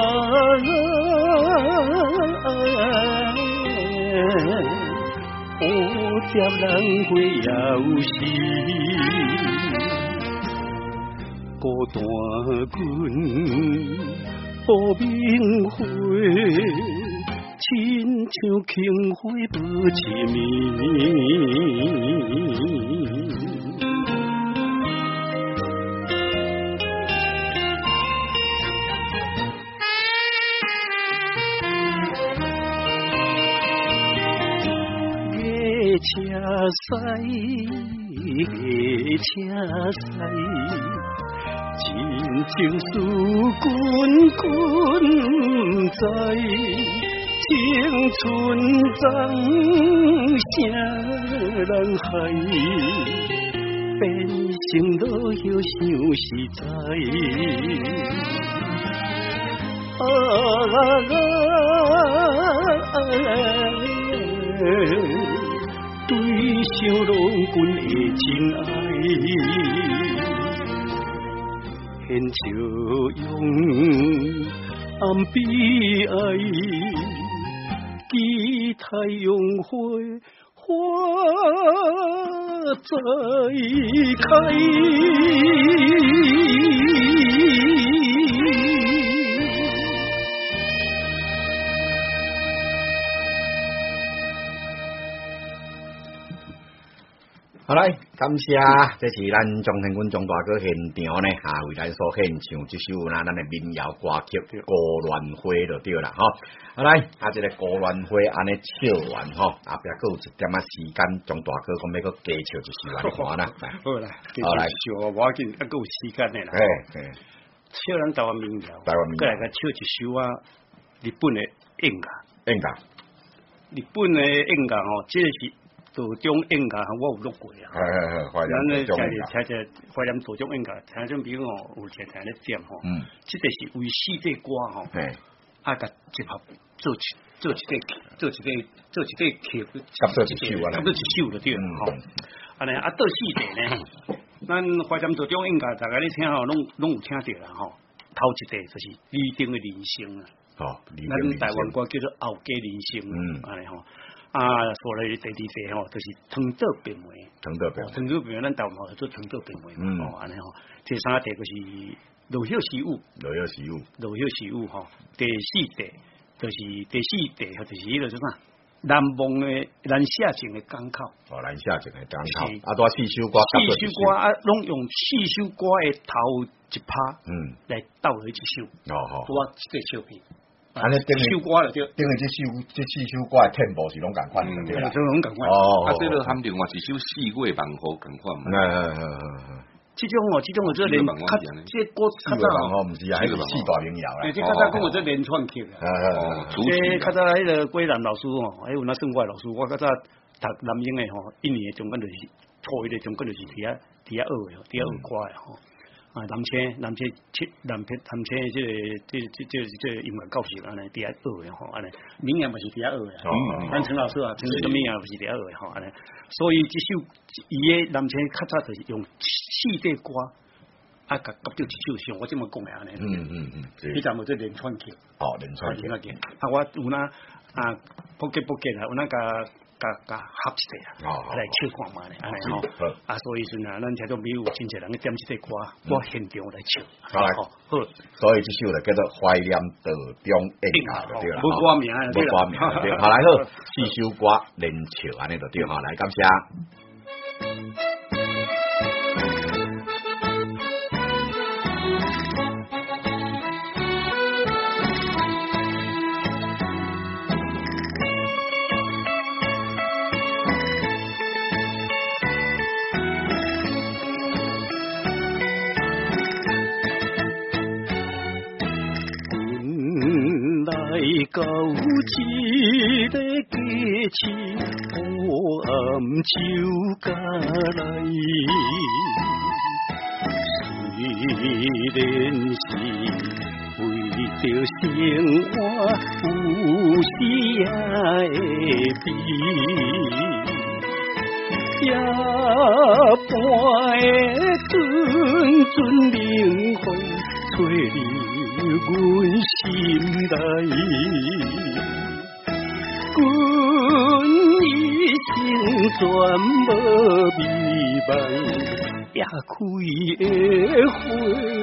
蝴蝶人花有时，孤单君无名花，亲像轻花无凄迷。车驶，车驶，真情思君君知，青春长啥人害？变成落叶想实在。啊啊对想郎君的真爱，牵笑容暗悲哀，期待用花花再开。 好来，感谢，这是咱钟天军钟大哥现场呢，啊，为咱所献唱这首咱咱的民谣歌曲《孤鸾花》就对啦，吼。好来，啊，这个孤鸾花安尼唱完吼，后壁佫有一点仔时间，钟大哥讲要佫加唱一首来看啦。 好啦，好来，唱无要紧，还佫有时间的啦。 嘿，嘿， 唱咱台湾民谣， 台湾民谣， 佫来甲唱一首啊，日本的演歌， 演歌， 日本的演歌吼，这是。道中演歌我有录过啊，咱咧听着听着怀念道中演歌，听种比如哦，有听听咧点吼，嗯，即个是为四个歌吼，啊，甲结合做一做一个做一个做一个曲， 差不多一首啊， 差不多一首就对了吼。安尼啊，倒四个呢， 咱华山族中应该大家咧听吼，拢拢有听到啦吼。头一个就是李丁的人生啊， 哦， 咱台湾歌叫做后街人生，嗯，安尼吼。啊，所来第二个吼，就是藤岛变梅， 藤岛变梅， 藤岛变梅，咱台湾叫做藤岛变梅嘛，哦，安尼吼。第三个就是落叶习武， 落叶习武， 落叶习武吼。第四个就是第四个，就是迄个叫啥？南蒙的南下井的港口， 哦，南下井的港口，啊，多四首歌， 四首歌啊，拢用四首歌的头一拍，嗯，来斗落一首， 哦吼， 我这个照片。 安尼顶首歌了对， 顶个这首这四首歌的 tempo 是拢共款的对啦， 都拢共款。 哦，啊，这个含另外一首《四月芒河》共款嘛。嗯嗯嗯嗯。 这种哦，这种哦，这连较这歌较早哦，毋是啊，迄个四大民谣啦。 这较早讲我这连串曲啊。哦，这较早迄个桂兰老师哦，还有那盛怪老师，我较早读南英的吼，一年中间就是初一的中间就是伫遐伫遐学的，伫遐学歌的吼。啊，南车南车七南片南车这个这这这这音乐教室安尼伫遐学的吼，安尼民谣嘛是伫遐学的。嗯。咱陈老师啊，陈什么民谣嘛是伫遐学的吼，安尼。所以这首伊的南车较早就是用四块歌啊，甲夹着一首上，我这么讲的安尼。嗯嗯嗯。你知无这连串曲？哦，连串曲。啊，我有那啊，不给不给啦，有那个。甲甲合一下啊，来唱看嘛咧，安尼吼，啊，所以说啊，咱听众朋友真侪人去点这个歌，我现场来唱， 好，好，所以这首就叫做怀念道中音啊，就对啦， 无歌名， 无歌名，对，好来好，四首歌连唱安尼就对，好来感谢。 到一个假期，黑暗就赶来。虽然是为着生活有时也会悲，也伴的阵阵冷风吹入阮心内。阮一生全无迷茫，也开的花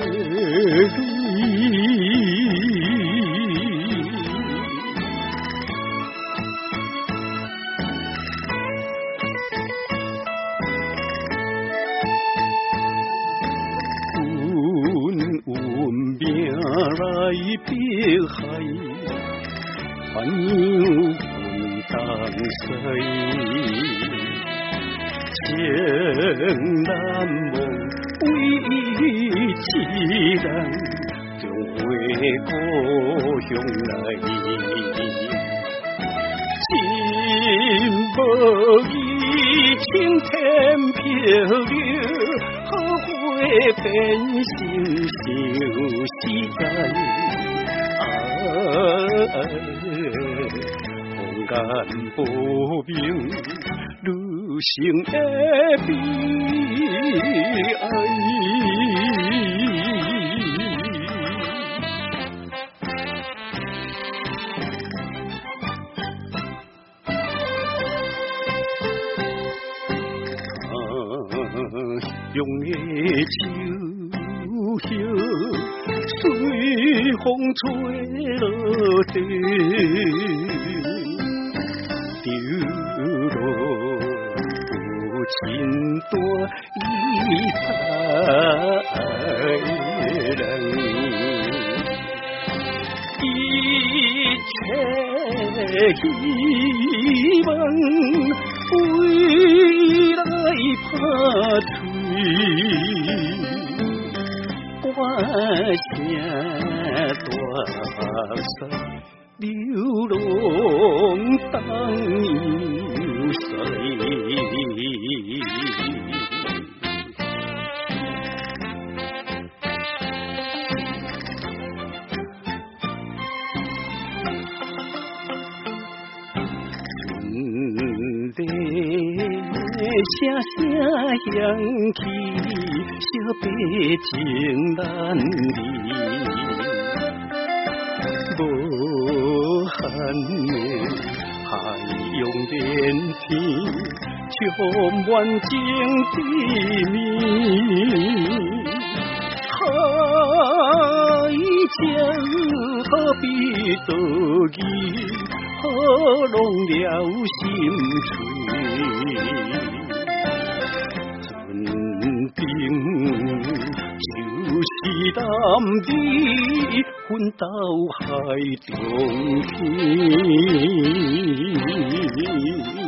蕊，阮运命来迫害，烦忧当世，情难忘，为痴人将回故乡来。心无意，青天飘流，好花变成小时代。啊！风眼不明，女性的悲哀。用的秋叶随风吹落地，丢落情断意歹人，一切希望未来拍碎。我声大山流浪当游西， 声声响起，小白情难离。无限的海洋连天，充满情的谜。海江何必多疑，何弄了心碎。存兵就是淡笔，混到海中天。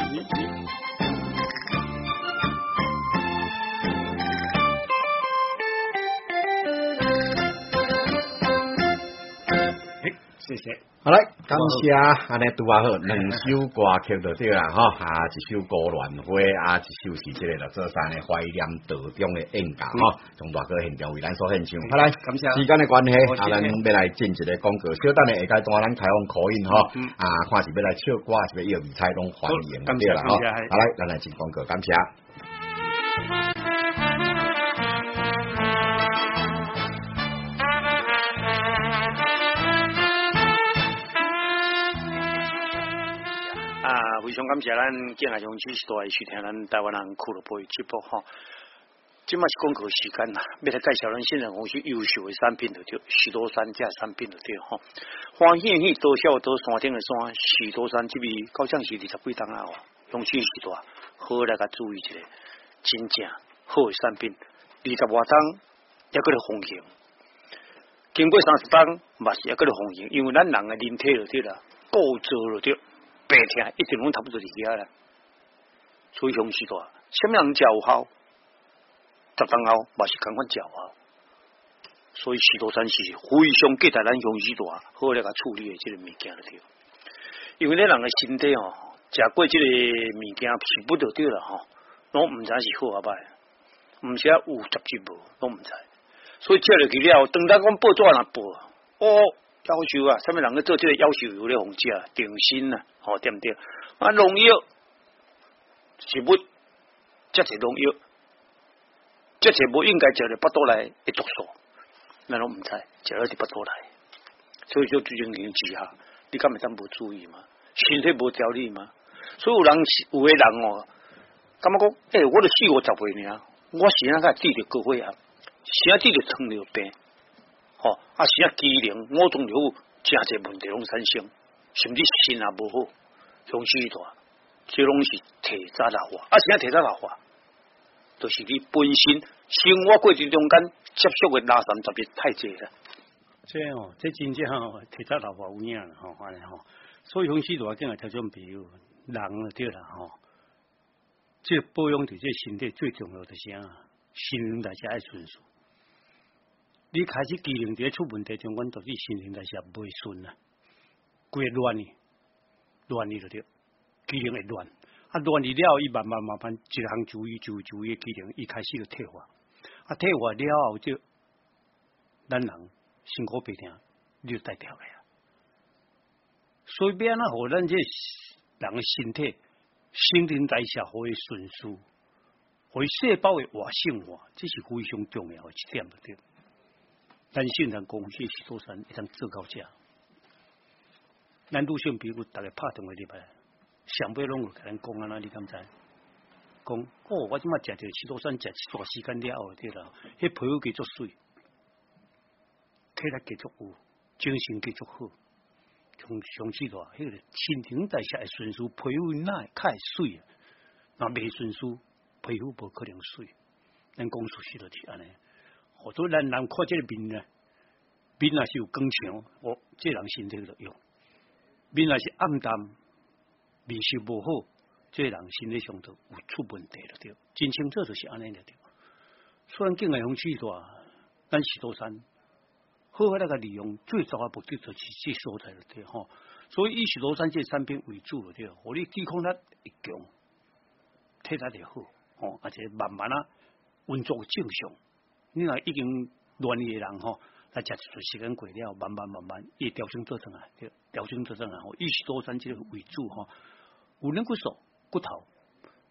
谢谢。好来，感谢安尼拄啊好，两首歌曲就对啦吼，啊一首《孤鸾花》，啊一首是即个六座山的怀念道中的演歌吼，从大哥现场为咱所献唱。好来，感谢时间的关系，啊咱要来进一个广告，小等下下段咱开放口音吼，啊看是要来唱歌，是要要味菜拢欢迎对啦吼。好来，咱来进广告，感谢。 啊，非常感谢咱建海雄起时代收听咱台湾人俱乐部的节目吼。今嘛是广告时间啦，要来介绍咱现场公司优秀的产品就对，许多山这产品就对吼。欢喜喜多少多山顶的山，许多山这边到将是二十几档啊哦，雄起时代好来甲注意一下，真正好的产品，二十外档也搁咧风行，经过三十档嘛是也搁咧风行，因为咱人的人体就对啦，构造就对。白天一定拢差不多伫遐啦，所以雄时代，什么人较有效，十当后嘛是共款较有效，所以许多山是非常记在咱雄时代好来甲处理的这个物件了对，因为咱人的身体吼，食过这个物件是不得对了吼，拢唔知是好啊歹，唔是有十之无，拢唔知，所以接落去了，等咱讲报纸若报，哦。要求啊，什么人去做这个要求有咧红食定心啊，吼对不对？啊，农药是不这些农药，这些不应该食咧巴肚来的毒素，咱拢唔知食了伫巴肚来，所以说最近研究下，你敢会当无注意嘛？身体无调理嘛？所以有人有个人哦，感觉讲，诶、欸，我著四五十岁尔，我是那个治着高血压，是啊治着糖尿病。吼、哦，啊是啊，机能五种药物真侪问题拢产生，甚至心也无好，雄起大，这拢是体早老化。啊是啊，体早老化，就是你本身生活过程中间接触的垃圾特别太济啦。这哦，这真正吼体早老化有影啦吼，安尼吼。所以雄起大今日条种朋友，人啊对啦吼，这保养对这身体最重要的是啥？心灵代谢爱顺顺。你开始机能伫出问题，中间导致心灵代谢袂顺啊，规乱去，乱去就对，机能会乱，啊乱去了，伊慢慢慢慢一项注意注意注意机能，伊开始就退化，啊退化了后就，咱人辛苦白听，你就带掉来啊。所以要安怎互咱这人的身体新陈代谢互伊顺序，互伊细胞的活性化，这是非常重要的一点对。咱现场公司许多山一张做到这，咱女性比如大家拍电话入来，上尾拢有甲咱讲安那，你敢知？讲哦，我即马食着许多山食一段时间了后对啦，迄皮肤继续水，体力继续有，精神继续好，从上次话，迄个新陈代谢的顺序，皮肤哪会较会水啊？那未顺序，皮肤无可能水。咱讲出去就是安尼。好多咱人看这个面呢，面若是有光强，哦，这人身体就用；面若是暗淡，面色无好，这人身体上头有出问题了对。真清楚就是安尼了对。虽然境内风气大，咱许多山好好那个利用，最早的目的就是这所在了对吼。所以以许多山这产品为主了对，互你抵抗力会强，体力就好，哦，而且慢慢啊运作正常。你若已经乱的人吼，来食一段时间过了，慢慢慢慢，伊调整做成啊，调整做成啊。吼，以许多山这个为主吼，有能骨素、骨头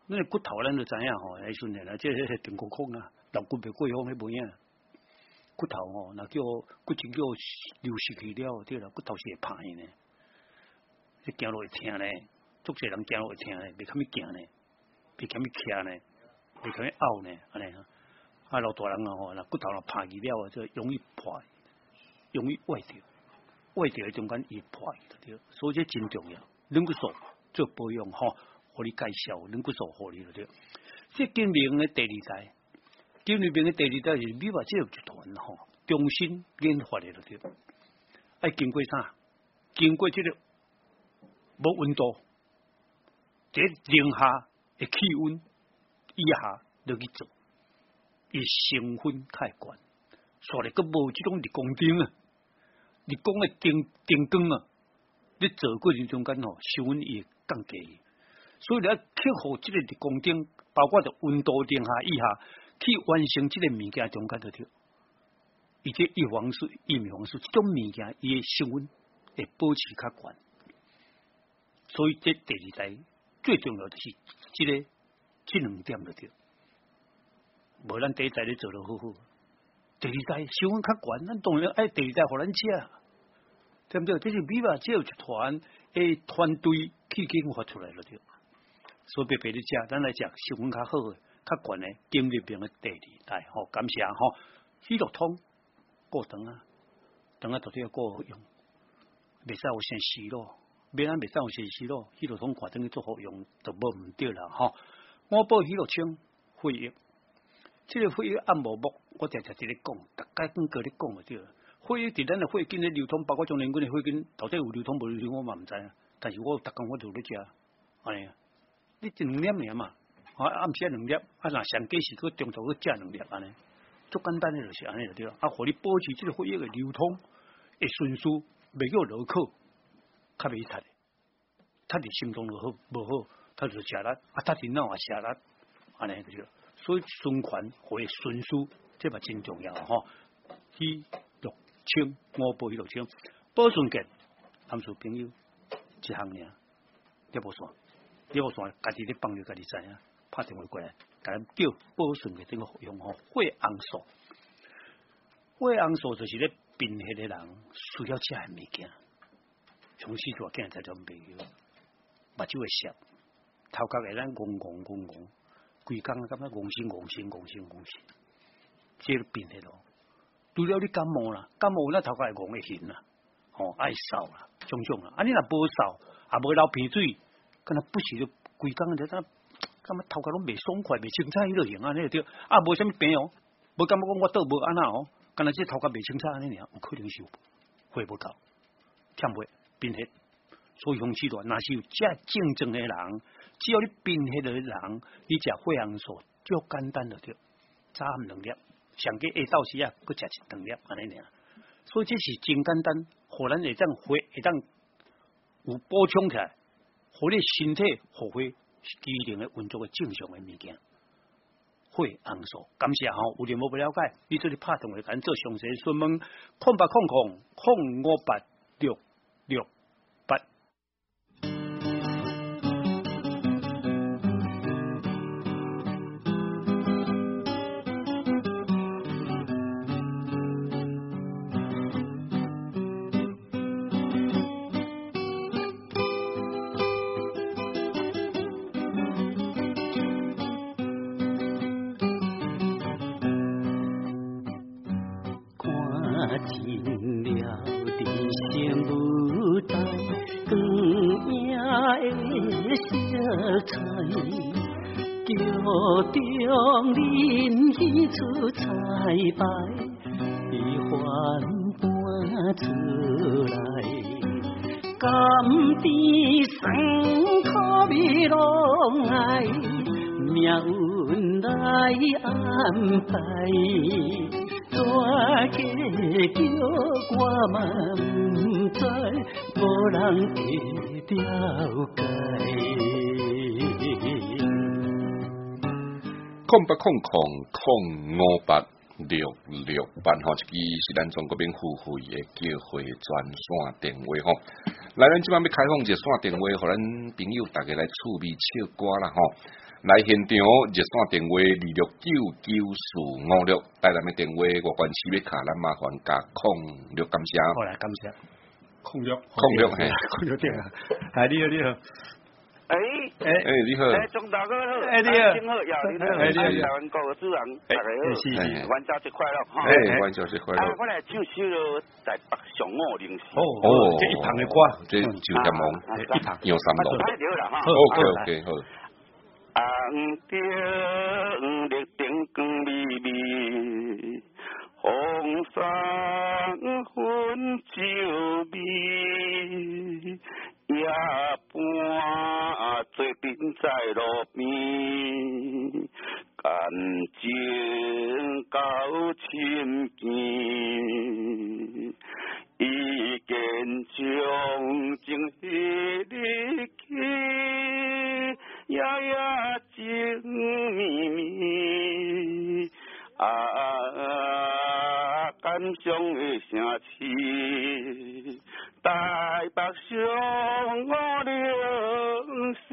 那骨头咱就知影吼，迄阵诶啦，即个定骨孔啊，老骨袂过风迄无影。骨头吼，若叫骨质叫流失去了，对啦，骨头是会歹呢。你行路会疼呢，足侪人行路会疼呢，袂堪咪行呢，袂堪咪徛呢，袂堪咪拗呢，安尼啊。啊，老大人啊吼，若骨头若歹去了，就容易破，容易歪掉，歪掉中间易破对，所以这真重要。软骨素做保养吼，互你介绍软骨素互你就对。这金明的第二代，金明的第二代是美国这集团吼，重新研发的就对。爱经过啥？经过这个无温度，这零下的气温以下落去做。伊成分太悬，所以佮无即种日光灯啊，日光的灯灯光啊，你做过程中间吼，成分伊会降低，所以你要克服即个日光灯，包括着温度零下以下，去完成即个物件中间就对。而且叶黄素、叶黄素即种物件，伊的成分会保持较悬，所以这第二代最重要就是即、這个即两点就对。无咱第一代咧做得好好，第二代成分较悬，咱当然爱第二代互咱食，对不对？这是美国只有集团诶团队去研发出来了对。所以白白咧食，咱来食成分较好诶、较悬诶，经历病诶第二代，吼，感谢吼，喜乐通过长啊，长啊到底要过用，袂使有先死咯，免咱袂使有先死咯，喜乐通挂等去做好用，就无毋对啦，吼。我报喜乐清会议。这个会议按无目，我常常伫咧讲，大家跟个咧讲就对了。会议伫咱的会金咧流通，包括中联军的会金，到底有流通无流通，我嘛唔知啊。但是我逐工我就咧食，安尼啊，你一两粒尔嘛，啊暗时两粒，啊若上计时个中途去食两粒安尼，足简单的就是安尼就对了。啊，互你保持这个会议的流通会顺序，袂叫落口，较袂塌的，塌伫心中就好，无好，他就食力，啊塌伫脑也食力，安尼就对了。所以循环会顺序，这嘛真重要吼。喜乐清，我报喜乐清，保顺健，他们做朋友一项尔，你无算，你无算，家己咧帮着家己知影，拍电话过来，甲咱叫保顺健这个用吼，血红素，血红素就是咧贫血的人需要食的物件，从细大囝才做朋友，目睭会涩，头壳会咱戆戆戆戆。规工啊，感觉戆心戆心戆心戆心，这个病的咯。除了你感冒啦，感冒那头壳会戆会痕啦，吼爱扫啦，种种啦。啊，你若无扫，啊无流鼻水，敢若不是就规工就咱感觉头壳拢袂爽快，袂清彩迄落型安尼对。啊，无啥物病哦，无感觉讲我倒无安那哦，敢若这头壳袂清彩安尼尔，有可能是血无够，欠血贫血。所以，风气段，若是有这竞争的人，只要你贫血的人，你食血红素就简单就对，早暗两粒，上计下昼时啊，佮食一两粒安尼尔。所以这是真简单，互咱会当血会当有补充起来，互你身体互血机能的运作的正常的物件。血红素，感谢吼，有任何不了解，你做你拍电话咱做详细询问，空八空空空五八六六。 中林起出彩排，悲欢搬出来，甘甜酸苦味拢爱，命运来安排，怎结局我嘛不知，无人会了解。 空八空空空五八六六八吼，一支是咱中国免付费的叫货专线电话吼。来，咱即摆要开放一个线电话，互咱朋友大家来趣味唱歌啦吼。 来现场热线电话二六九九四五六，台南的电话外关市要卡，咱麻烦加空六感谢。 好来，感谢。 空六，空六嘿， 空六对啊，哎你好你好。 哎哎哎，你好！ 哎，钟大哥好！ 哎你好！ 你好，姚林好！ 哎你好！ 台湾各个主人大家好！ 是是， 元宵节快乐！哈！ 哎，元宵节快乐！ 啊，我来唱首了在北上午零时。 哦哦， 这一旁的歌， 这就点梦， 一旁有三路。 太对了哈 ！OK OK 好。 红灯绿灯光微微，红山分酒味。夜半做阵在路边，感情够深见，已经将情迄日起，夜夜情绵绵，啊，感伤的城市。台北上我零时。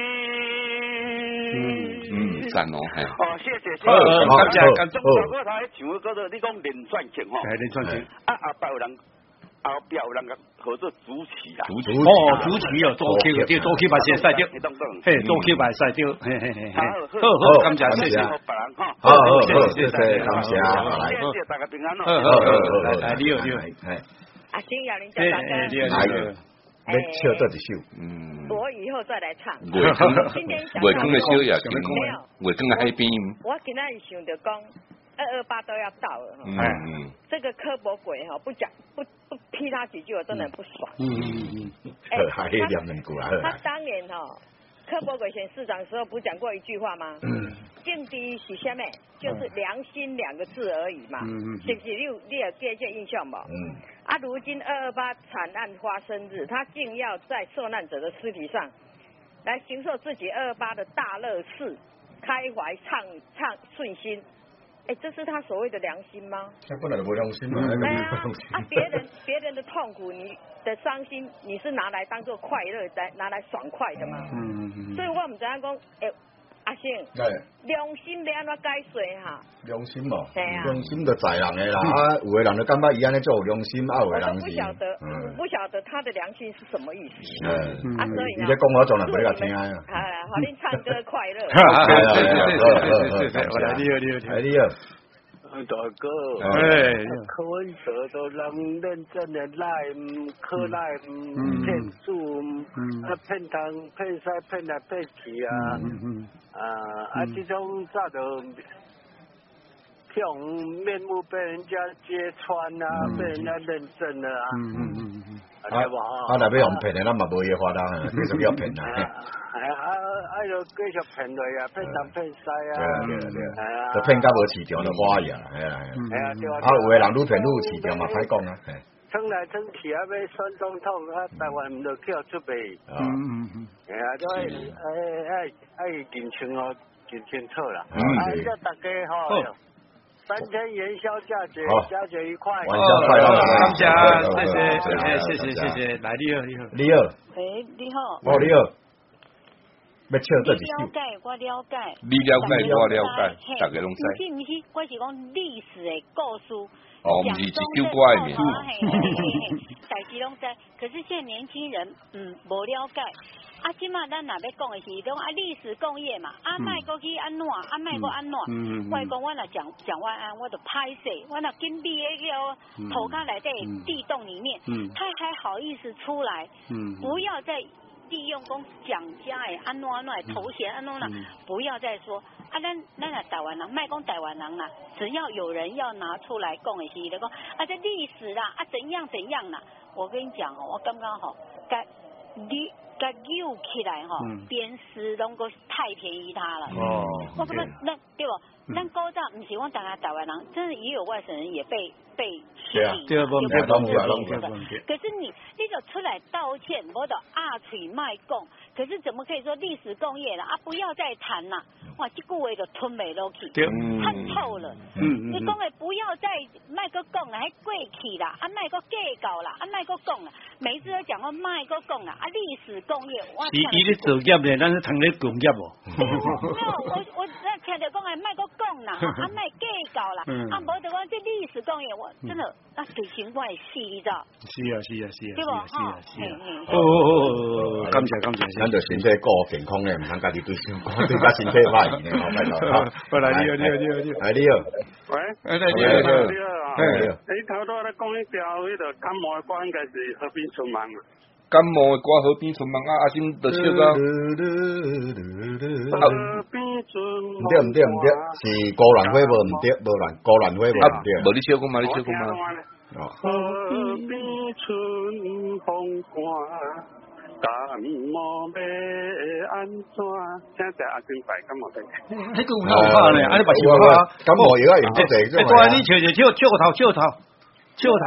嗯嗯，赞哦，系。 哦，谢谢谢谢。 好，感谢感谢。 中国歌台唱的叫做你讲连串情吼。 哎，连串情。 啊，后壁有人，后壁有人合作主持啊。 主持。哦，主持哦，做 Q 对，做 Q 把先赛掉。嘿，做 Q 把赛掉，嘿嘿嘿。好好，感谢谢谢。 好， 好好，谢谢感谢， 来，谢谢大家平安咯。 好好好，来，你好你好， 哎。 阿星姚林教大哥， 来个，要唱倒一首， 嗯， 我以后再来唱。 月光，月光的小夜景，月光的海边。 我今仔日想着讲，二二八都要到了哈， 嗯嗯， 这个柯博鬼哈，不讲不不批他几句，我真的很不爽。 嗯嗯嗯，还念两句啊。 他当年哈，柯博鬼选市长的时候，不讲过一句话吗？嗯。政治是啥物？就是良心两个字而已嘛。嗯嗯。是不是你有你有这些印象无？嗯。啊，如今二二八惨案发生日，他竟要在受难者的尸体上来行受自己二二八的大乐事，开怀畅畅顺心。哎，这是他所谓的良心吗？ 他本来就没良心嘛。 对啊，啊，别人别人的痛苦，你的伤心，你是拿来当做快乐，来拿来爽快的吗？嗯嗯嗯。所以我唔知影讲，哎。阿星，良心要安怎解说哈？ 良心嘛， 啊、 良心就在人的啦。啊，有的人就感觉伊安尼做有良心，啊，有的人是不晓得，嗯、不晓得他的良心是什么意思。 嗯， 啊，所以呢， 你在讲我做人不要听啊。 啊，好，恁唱歌快乐。 对对对对， 我来你好你好你好。 大哥， 哎， 柯文哲都人认真的来，可来骗主，啊骗东骗西骗来骗去啊，啊啊这种咋都向面目被人家揭穿啊，被人家认真了啊，对不哈？ 啊，那要用骗的，咱嘛无嘢发啦，为什么要骗啊？ 哎啊啊！就继续骗落啊，骗东骗西啊， 对对对，就骗到无市场就花呀，系啊系啊，对啊。 啊，有的人愈骗愈有市场嘛，歹讲啊。 撑来撑去啊，要选总统啊，台湾唔就叫出卖。嗯嗯嗯。系啊，都爱爱爱认清哦，认清楚啦。嗯。啊，叫大家吼，三天元宵佳节，佳节愉快。 元宵快乐， 感谢，谢谢，谢谢谢谢，来你好你好你好。 诶，你好。 哦你好。要唱这一首。 了解，我了解。 你了解，我了解，大家拢知。 不是不是，我是讲历史的故事。 哦，不是一首歌的名。 代志拢知，可是现在年轻人嗯无了解。啊，即马咱若要讲的是讲啊历史工业嘛，啊卖过去安怎，啊卖过安怎。我讲我若讲讲万安，我就拍摄，我若紧闭迄个头壳内底地洞里面，他还好意思出来，不要再。利用讲蒋家的安怎安怎头衔安怎啦，不要再说啊！咱咱啊台湾人，卖讲台湾人啦，只要有人要拿出来讲的是，就讲啊这历史啦，啊怎样怎样啦。我跟你讲哦，我刚刚吼，该你该扭起来吼，鞭尸拢个太便宜他了。哦，我感觉那对不？ 咱古早唔是讲大家台湾人，真的也有外省人也被被洗对啊， 礼， 对啊，不对，拢对，拢对，拢对。 可是你你就出来道歉，我的阿嘴卖供，可是怎么可以说历史工业了啊？不要再谈了，哇，这句话就吞没落去，看透了。嗯嗯。你讲的不要再卖个讲了，还过去啦，啊卖个计较啦，啊卖个讲了，每一次都讲说卖个讲啦，啊历史工业，哇。 伊伊咧做业咧，咱是谈咧工业哦。 没有，我我那听着讲的卖个讲啦，啊卖计较啦，啊无就讲这历史工业，我真的啊最心怪死，你知道？ 是啊是啊是啊， 对不？ 是啊是啊。 哦哦哦哦，感谢感谢。 咱就身体顾健康咧，唔通家己对伤肝对甲身体歹呢，好拜托。 好，来你好你好你好你好， 来你好。 喂， 哎你好你好你好啊。你头拄咧讲迄条迄个感冒的歌，应该是河边春梦啊。 感冒的歌河边春梦啊，阿星就唱啊。 河边春梦。 唔对唔对唔对，是高兰花无唔对，无兰高兰花无唔对。 无你唱过嘛？你唱过嘛？ 河边春风寒，感冒要安怎？现在阿金牌感冒病。 迄个有好拍咧，安尼把是好。 感冒药啊用这个。 哎，对，你笑就笑笑头笑头。笑头，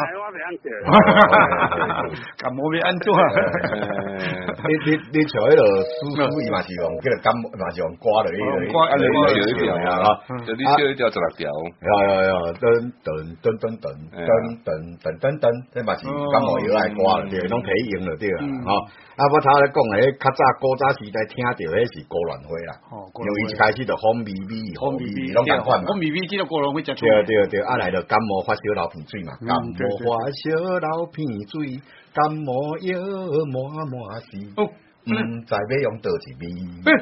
感冒要安怎？ 你你你像迄个叔叔伊嘛是用迄个感冒，嘛是用刮落去个， 啊你笑一条啊，就你笑一条十六条， 有有有，噔噔噔噔噔噔噔噔噔噔，这嘛是感冒药爱刮了对，拢可以用了对啦，吼。啊，我头咧讲诶，较早古早时代听到迄是高兰花啦，由伊一开始就风味味，风味味拢共款嘛， 风味味记得高兰花食出。 对对对，啊来就感冒发烧流鼻水嘛，感冒发烧流鼻水，感冒药满满是。唔知要用倒一味。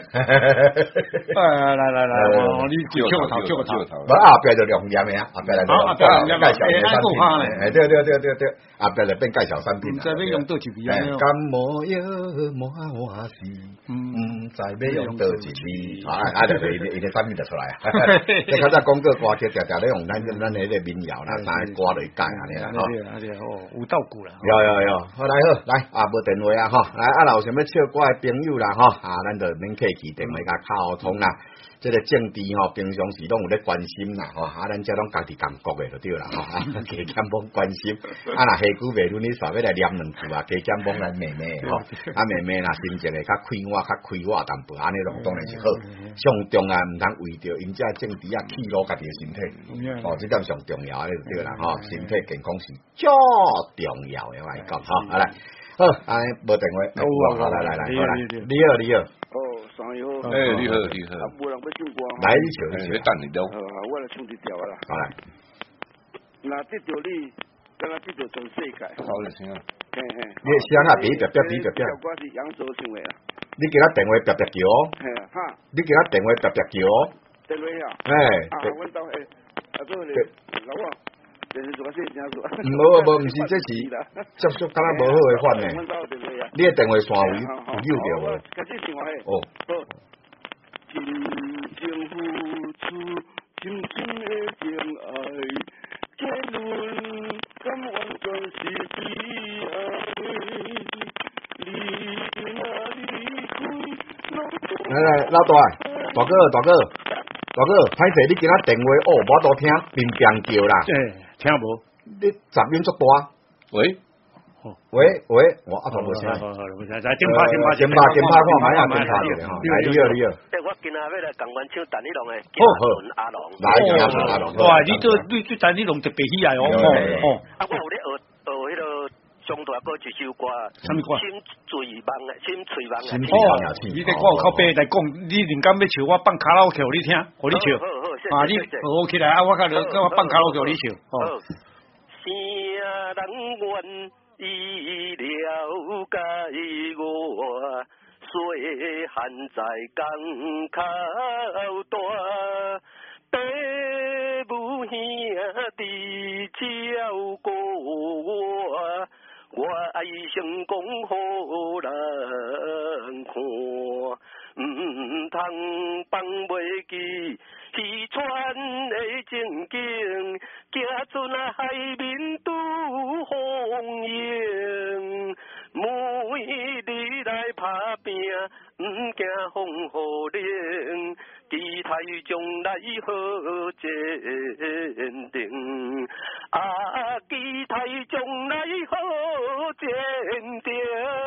来来来来，你笑头笑头， 我后壁就凉凉的啊，后壁来就介绍嘅产品。诶，对对对对对，后壁就变介绍产品。 唔知要用倒一味啊？ 感冒药满满是，唔知要用倒一味。啊啊，就伊伊个产品就出来啊。即较早广告歌曲常常咧用咱咱迄个民谣啦，啥歌来改安尼啦，吼。 哦，有道具啦。 有有有，好来好来啊，无电话啊，吼，来啊，有想要唱。我的朋友啦，吼啊，咱就免客气，电话甲沟通啦。这个政治吼，平常时拢有咧关心啦，吼啊，咱遮拢家己感觉的就对啦，吼啊，加减帮关心。啊，若下久袂论你煞要来念两句啊，加减帮来妹妹吼，啊妹妹若心情会较快活，较快活淡薄，安尼拢当然是好。上重要毋通为着因遮政治啊气落家己的身体，哦，这点上重要的就对啦，吼，身体健康是最重要的，我来讲，吼，好来。好，安尼无电话，好来来来，好来，你好你好， 哦，三位好， 诶，你好你好， 啊，无人要唱歌， 来你唱， 你等你了， 呃，我来唱一条啦， 好来， 若得着你，敢若得着全世界， 好来听啊， 嘿嘿， 你声啊比别别比别别， 这歌是杨卓唱的啦， 你给他电话别别叫， 嘿哈， 你给他电话别别叫， 电话啊， 哎， 啊，阮兜诶，啊，做咧，老我。就是做个事情做。 无无，毋是，这是接触敢若无好诶款诶。你诶电话线有有扭着无？ 开始想话哦。 真情付出，深深诶情爱，结论敢完全是悲哀。你若离开， 来来，老大，大哥大哥大哥，歹势，你今仔电话哦，我都听，乒乒叫啦。 听无？ 你杂音足大。 喂， 喂喂，我阿头无声。 好好好，无声，再电话电话电话电话看买啊，电话着吼。来，你好你好。 我今仔要来共阮唱陈立龙的《 好好阿龙》。 来，阿龙阿龙。 哇，你做你做陈立龙特别喜爱哦。哦。 啊，我有咧学学迄个上大哥一首歌， 什么歌？ 心醉梦的，心醉梦的。 哦， 你这我有靠背来讲，你灵感要唱，我放卡拉 OK 你听，互你唱。 好好好， 啊，你学起来啊，我甲你，我放卡拉 OK 你唱。 哦。啥人愿意了解我？细汉在江口大，爸母兄弟照顾我，我爱成功予人看，毋通放袂记渔船的情景，行出那海面拄风涌，每日来打拼，毋惊风雨冷。 期待将来好坚定，啊，期待将来好坚定。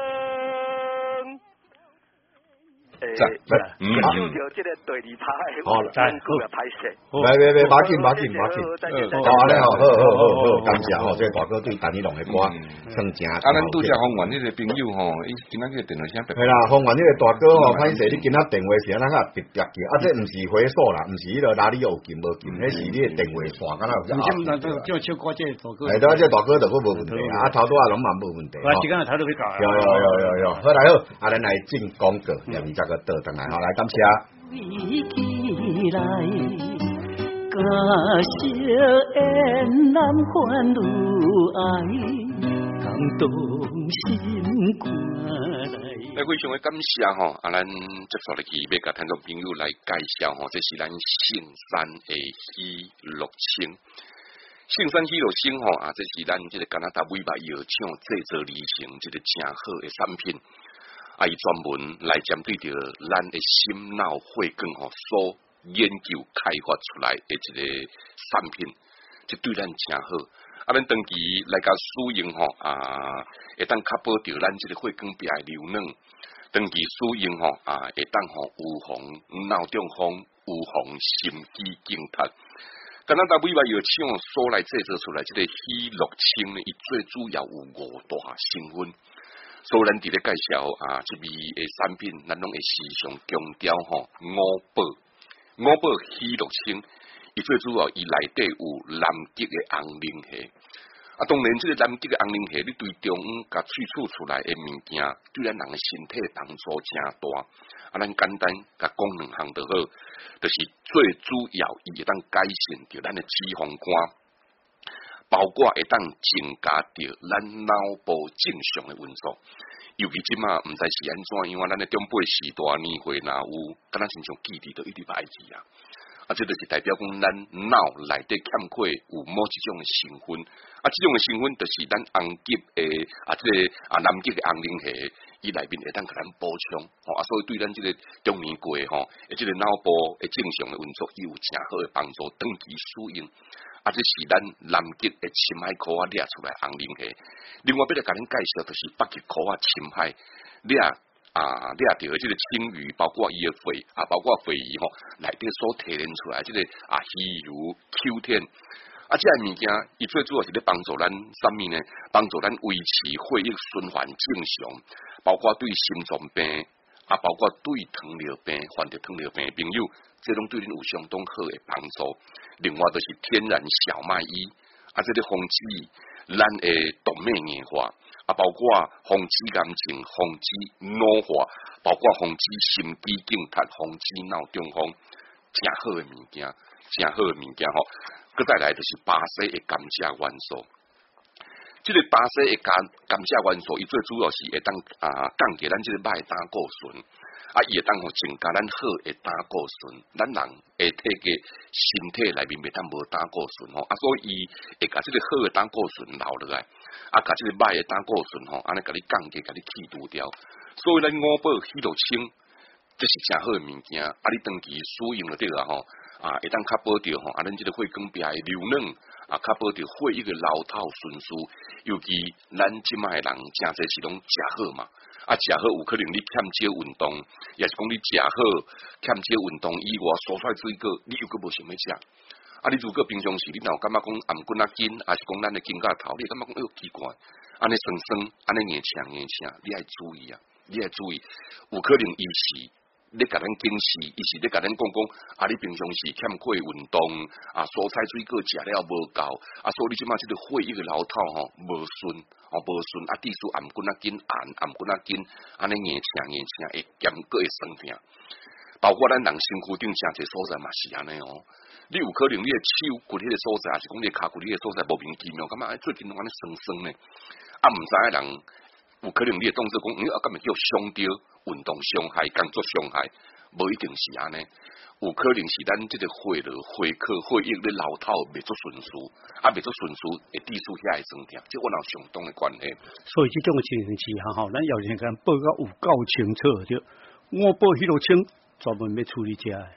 诶，嗯，就着这个第二茬的，好了，咱个别拍摄。 别别别，马紧马紧马紧，好安尼哦，好好好好，感谢吼，这大哥对陈奕龙的歌算正。 啊，咱拄则方圆迄个朋友吼，伊今仔日电话声别。 系啦，方圆迄个大哥吼，歹势你今仔电话时啊，咱个别别叫，啊，这毋是回数啦，毋是迄个哪里有金无金，迄是你的电话线，敢若有只。 唔是，咱就就唱歌这大哥。 系对，这大哥就佫无问题啊，头拄啊拢嘛无问题。 啊，时间头都要搞。 有有有有有，好来好，啊，咱来进广告，然后再个倒转来，好来，感谢。 起来，歌声沿南欢如爱，感动心肝来。 来，非常的感谢吼，啊，咱接受入去要甲听众朋友来介绍吼，这是咱圣山的喜乐星。圣山喜乐星吼啊，这是咱这个加拿大美白药厂制作而成，这个真好的产品。啊，伊专门来针对着咱的心脑血管吼所研究开发出来的一个产品，这对咱真好。啊，咱长期来甲使用吼啊，会当确保着咱这个血管壁的流软，长期使用吼啊，会当吼预防脑中风、预防心肌梗塞。加拿大美白药厂所来制作出来这个喜乐清呢，伊最主要有五大成分。所以咱伫咧介绍啊，这味诶产品，咱拢会时常强调吼五宝，五宝喜乐清，伊最主要伊内底有南极诶红磷虾。啊，当然，这个南极诶红磷虾，你对中午甲萃取出来诶物件，对咱人诶身体帮助真大。啊，咱简单甲讲两项就好，就是最主要伊会当改善着咱诶脂肪肝。包括会当增加着咱脑部正常的运作，尤其即马毋知是安怎，因为咱的中辈时代年岁若有，敢若亲像记忆都一直歹记啊。啊，这就是代表讲咱脑内底欠缺有某一种的成分，啊，这种的成分就是咱红极的啊，这个啊南极的红磷虾，伊内面会当甲咱补充，吼啊，所以对咱这个中年过吼，诶，这个脑部的正常的运作有真好的帮助，长期使用。啊，这是咱南极的深海壳啊掠出来红磷虾。另外，要来甲恁介绍，就是北极壳啊深海掠啊掠着的这个青鱼，包括伊的肺啊，包括肺鱼吼，内底所提炼出来这个啊鱼油、Q 天啊，这个物件，伊最主要是咧帮助咱啥物呢？帮助咱维持血液循环正常，包括对心脏病啊，包括对糖尿病患着糖尿病的朋友。这种对恁有相当好的帮助。另外，就是天然小麦衣，啊，这个防止咱的动脉硬化，啊，包括防止癌症、防止老化，包括防止心肌梗塞、防止脑中风，真好的物件，真好的物件吼。佮再来就是巴西的甘蔗元素。这个巴西的甘甘蔗元素，伊最主要是会当啊降低咱这个歹胆固醇。啊，伊会当互增加咱好诶胆固醇，咱人诶体个身体内面袂当无胆固醇吼，啊，所以伊会甲即个好诶胆固醇留落来，啊，甲即个歹诶胆固醇吼，安尼甲你降低，甲你去除掉。所以咱五宝喜乐清，这是真好诶物件，啊，你长期使用就对啦吼，啊，会当确保着吼，啊，咱即个血管壁诶流软，啊，确保着血液诶流透顺序，尤其咱即卖诶人真侪是拢食好嘛。啊，食好有可能你欠少运动，也是讲你食好欠少运动以外，蔬菜水果你又阁无想要食。啊，你如果平常时你若有感觉讲颔骨啊紧，还是讲咱的肩胛头，你感觉讲哎呦奇怪，安尼酸酸，安尼硬呛硬呛，你爱注意啊，你爱注意，有可能伊是咧甲咱警示，伊是咧甲咱讲讲，啊，你平常时欠缺运动，啊，蔬菜水果食了无够，啊，所以你即马即个血液个流透吼无顺。哦，无顺啊，地处颔骨啊紧，按颔骨啊紧，安尼硬呛硬呛会兼个会酸痛。包括咱人身躯顶真侪所在嘛是安尼哦。你有可能你的手骨迄个所在，还是讲你骹骨迄个所在莫名其妙，感觉最近拢安尼酸酸呢？啊，毋知影人有可能你的动作讲，嗯，啊，敢会叫伤到运动伤害、工作伤害，无一定是安尼。有可能是咱即个血流、血壳、血液咧流透未做顺序，啊未做顺序会致出遐个酸痛，即我有相当的关系。 所以即种情形之下，吼，咱要先甲报告有够清楚，就我报迄路清专门要处理遮，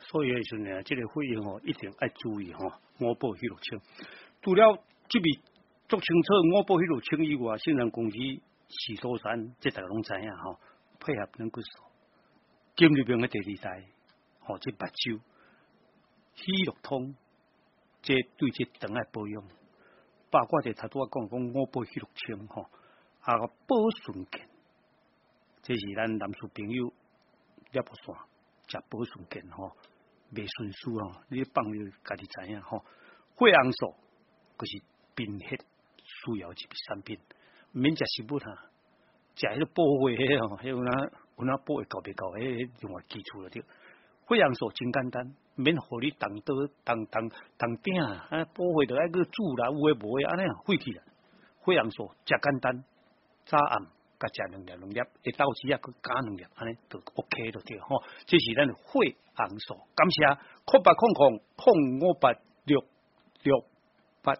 所以迄时呢，这个费用吼一定要注意吼，五保迄落清。除了这边足清楚五保迄落清以外，信任公司许多山，这大家拢知影吼，配合能够数。金入边嘅第二代，吼这白酒、喜乐通，这对这肠爱保养。包括伫头拄仔讲讲五保迄落清吼，啊个保顺健，这是咱男士朋友了不线食保顺健吼，袂顺输吼，你放你家己知影吼。血红素就是贫血需要一个产品，免食食物哈，食迄个保血迄吼，迄有哪有哪保会够袂够？迄另外基础了对。血红素真简单，免互你动刀、动动动鼎啊，保血着爱去煮啦，有诶无诶，安尼啊废去啦。血红素食简单，早暗甲食两粒两粒，一到时啊，佮加两粒，安尼就 OK 就对吼。这是咱血红素，感谢空八空空空五八六六八。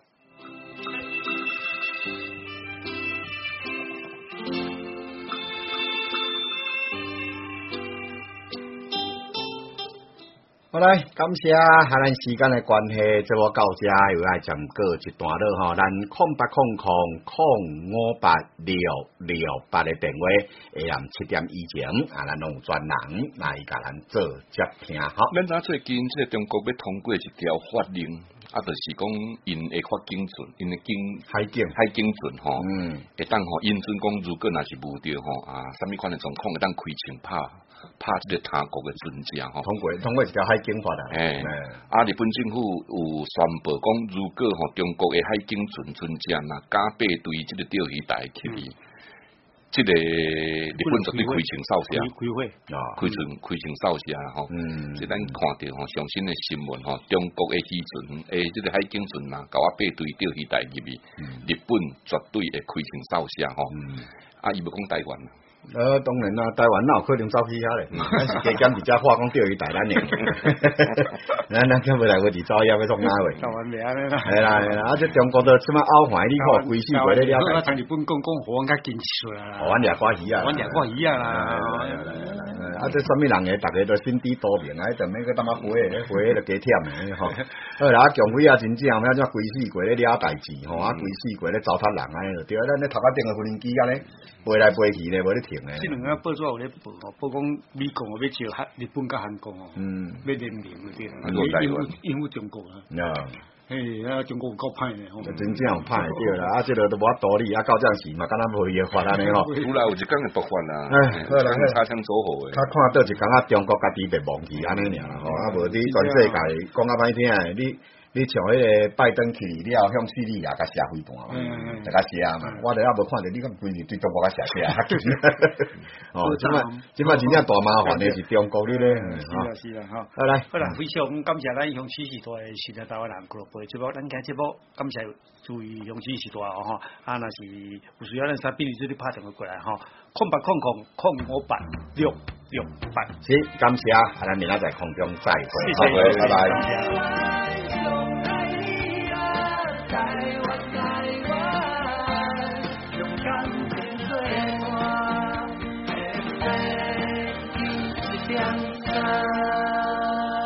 好来，感谢啊！咱时间的关系，这我到这又爱暂过一段落吼。咱空八空空空五八六六八的电话，下暗七点以前啊，咱拢有专人来甲咱做接听吼。 咱知最近即个中国要通过一条法令，啊，就是讲因会发警准，因的警海警海警准吼， 嗯， 会当吼因准讲，如果若是无着吼啊，什么款的状况会当开枪拍。拍这个他国的船只吼， 通过通过一条海警法啦。 诶，啊，日本政府有宣布讲，如果吼中国的海警船船只若加八对这个钓鱼台去，这个日本绝对开枪扫射， 开会啊，开枪开枪扫射吼。嗯，是咱看到吼上新的新闻吼，中国的渔船诶，这个海警船呐，搞啊八对钓鱼台入去，日本绝对会开枪扫射吼。嗯，啊，伊要讲台湾。 呃，当然啦，台湾哪有可能走去遐咧？咱是加减伫遮化讲钓鱼台咱诶，咱咱今未来我伫走遐要创哪位？ 台湾袂安尼啦。系啦系啦，啊，这中国都即马拗怀，你看规世过咧了解。 啊，从日本讲讲，互阮较坚持啦。 互阮掠欢喜啊！ 阮掠欢喜啊啦！ 啊，这什么人诶？逐个都心地多明啊！踮咩个他妈花诶，花诶就加忝诶吼。好啦，强辉啊，真正咩怎规世过咧了代志吼，啊，规世过咧糟蹋人安尼就对啊！咱咧头壳顶个无人机安尼飞来飞去咧，无咧。 这两个报纸有咧报吼，报讲美国要招韩日本甲韩国哦，嗯，要联名嗰啲，应付应付中国啊。啊，嘿，啊，中国有够歹咧， 真正有歹对啦，啊，这个都无法道理，啊，到这时嘛，敢若无伊个法安尼吼。 出来有一天会爆发啦， 哎，好啦， 擦枪走火诶。 他看到一天啊，中国家己被忘记安尼尔啦，吼，啊，无你全世界讲啊歹听诶，你。你像迄个拜登去了，向叙利亚甲射飞弹嘛，大家射嘛，我哋也无看到你咁规日对中国甲射射。哦，即摆即摆真正大麻烦的是中国你咧。 是啦是啦，吼。 好来， 好啦，非常感谢咱乡市时代时代台湾人俱乐部节目，咱今节目感谢注意乡市时代哦吼，啊那是有需要咱三比二你拍电话过来吼，空八空空空五八六六八。 是，感谢，啊，咱明仔载空中再会， 谢谢， 拜拜。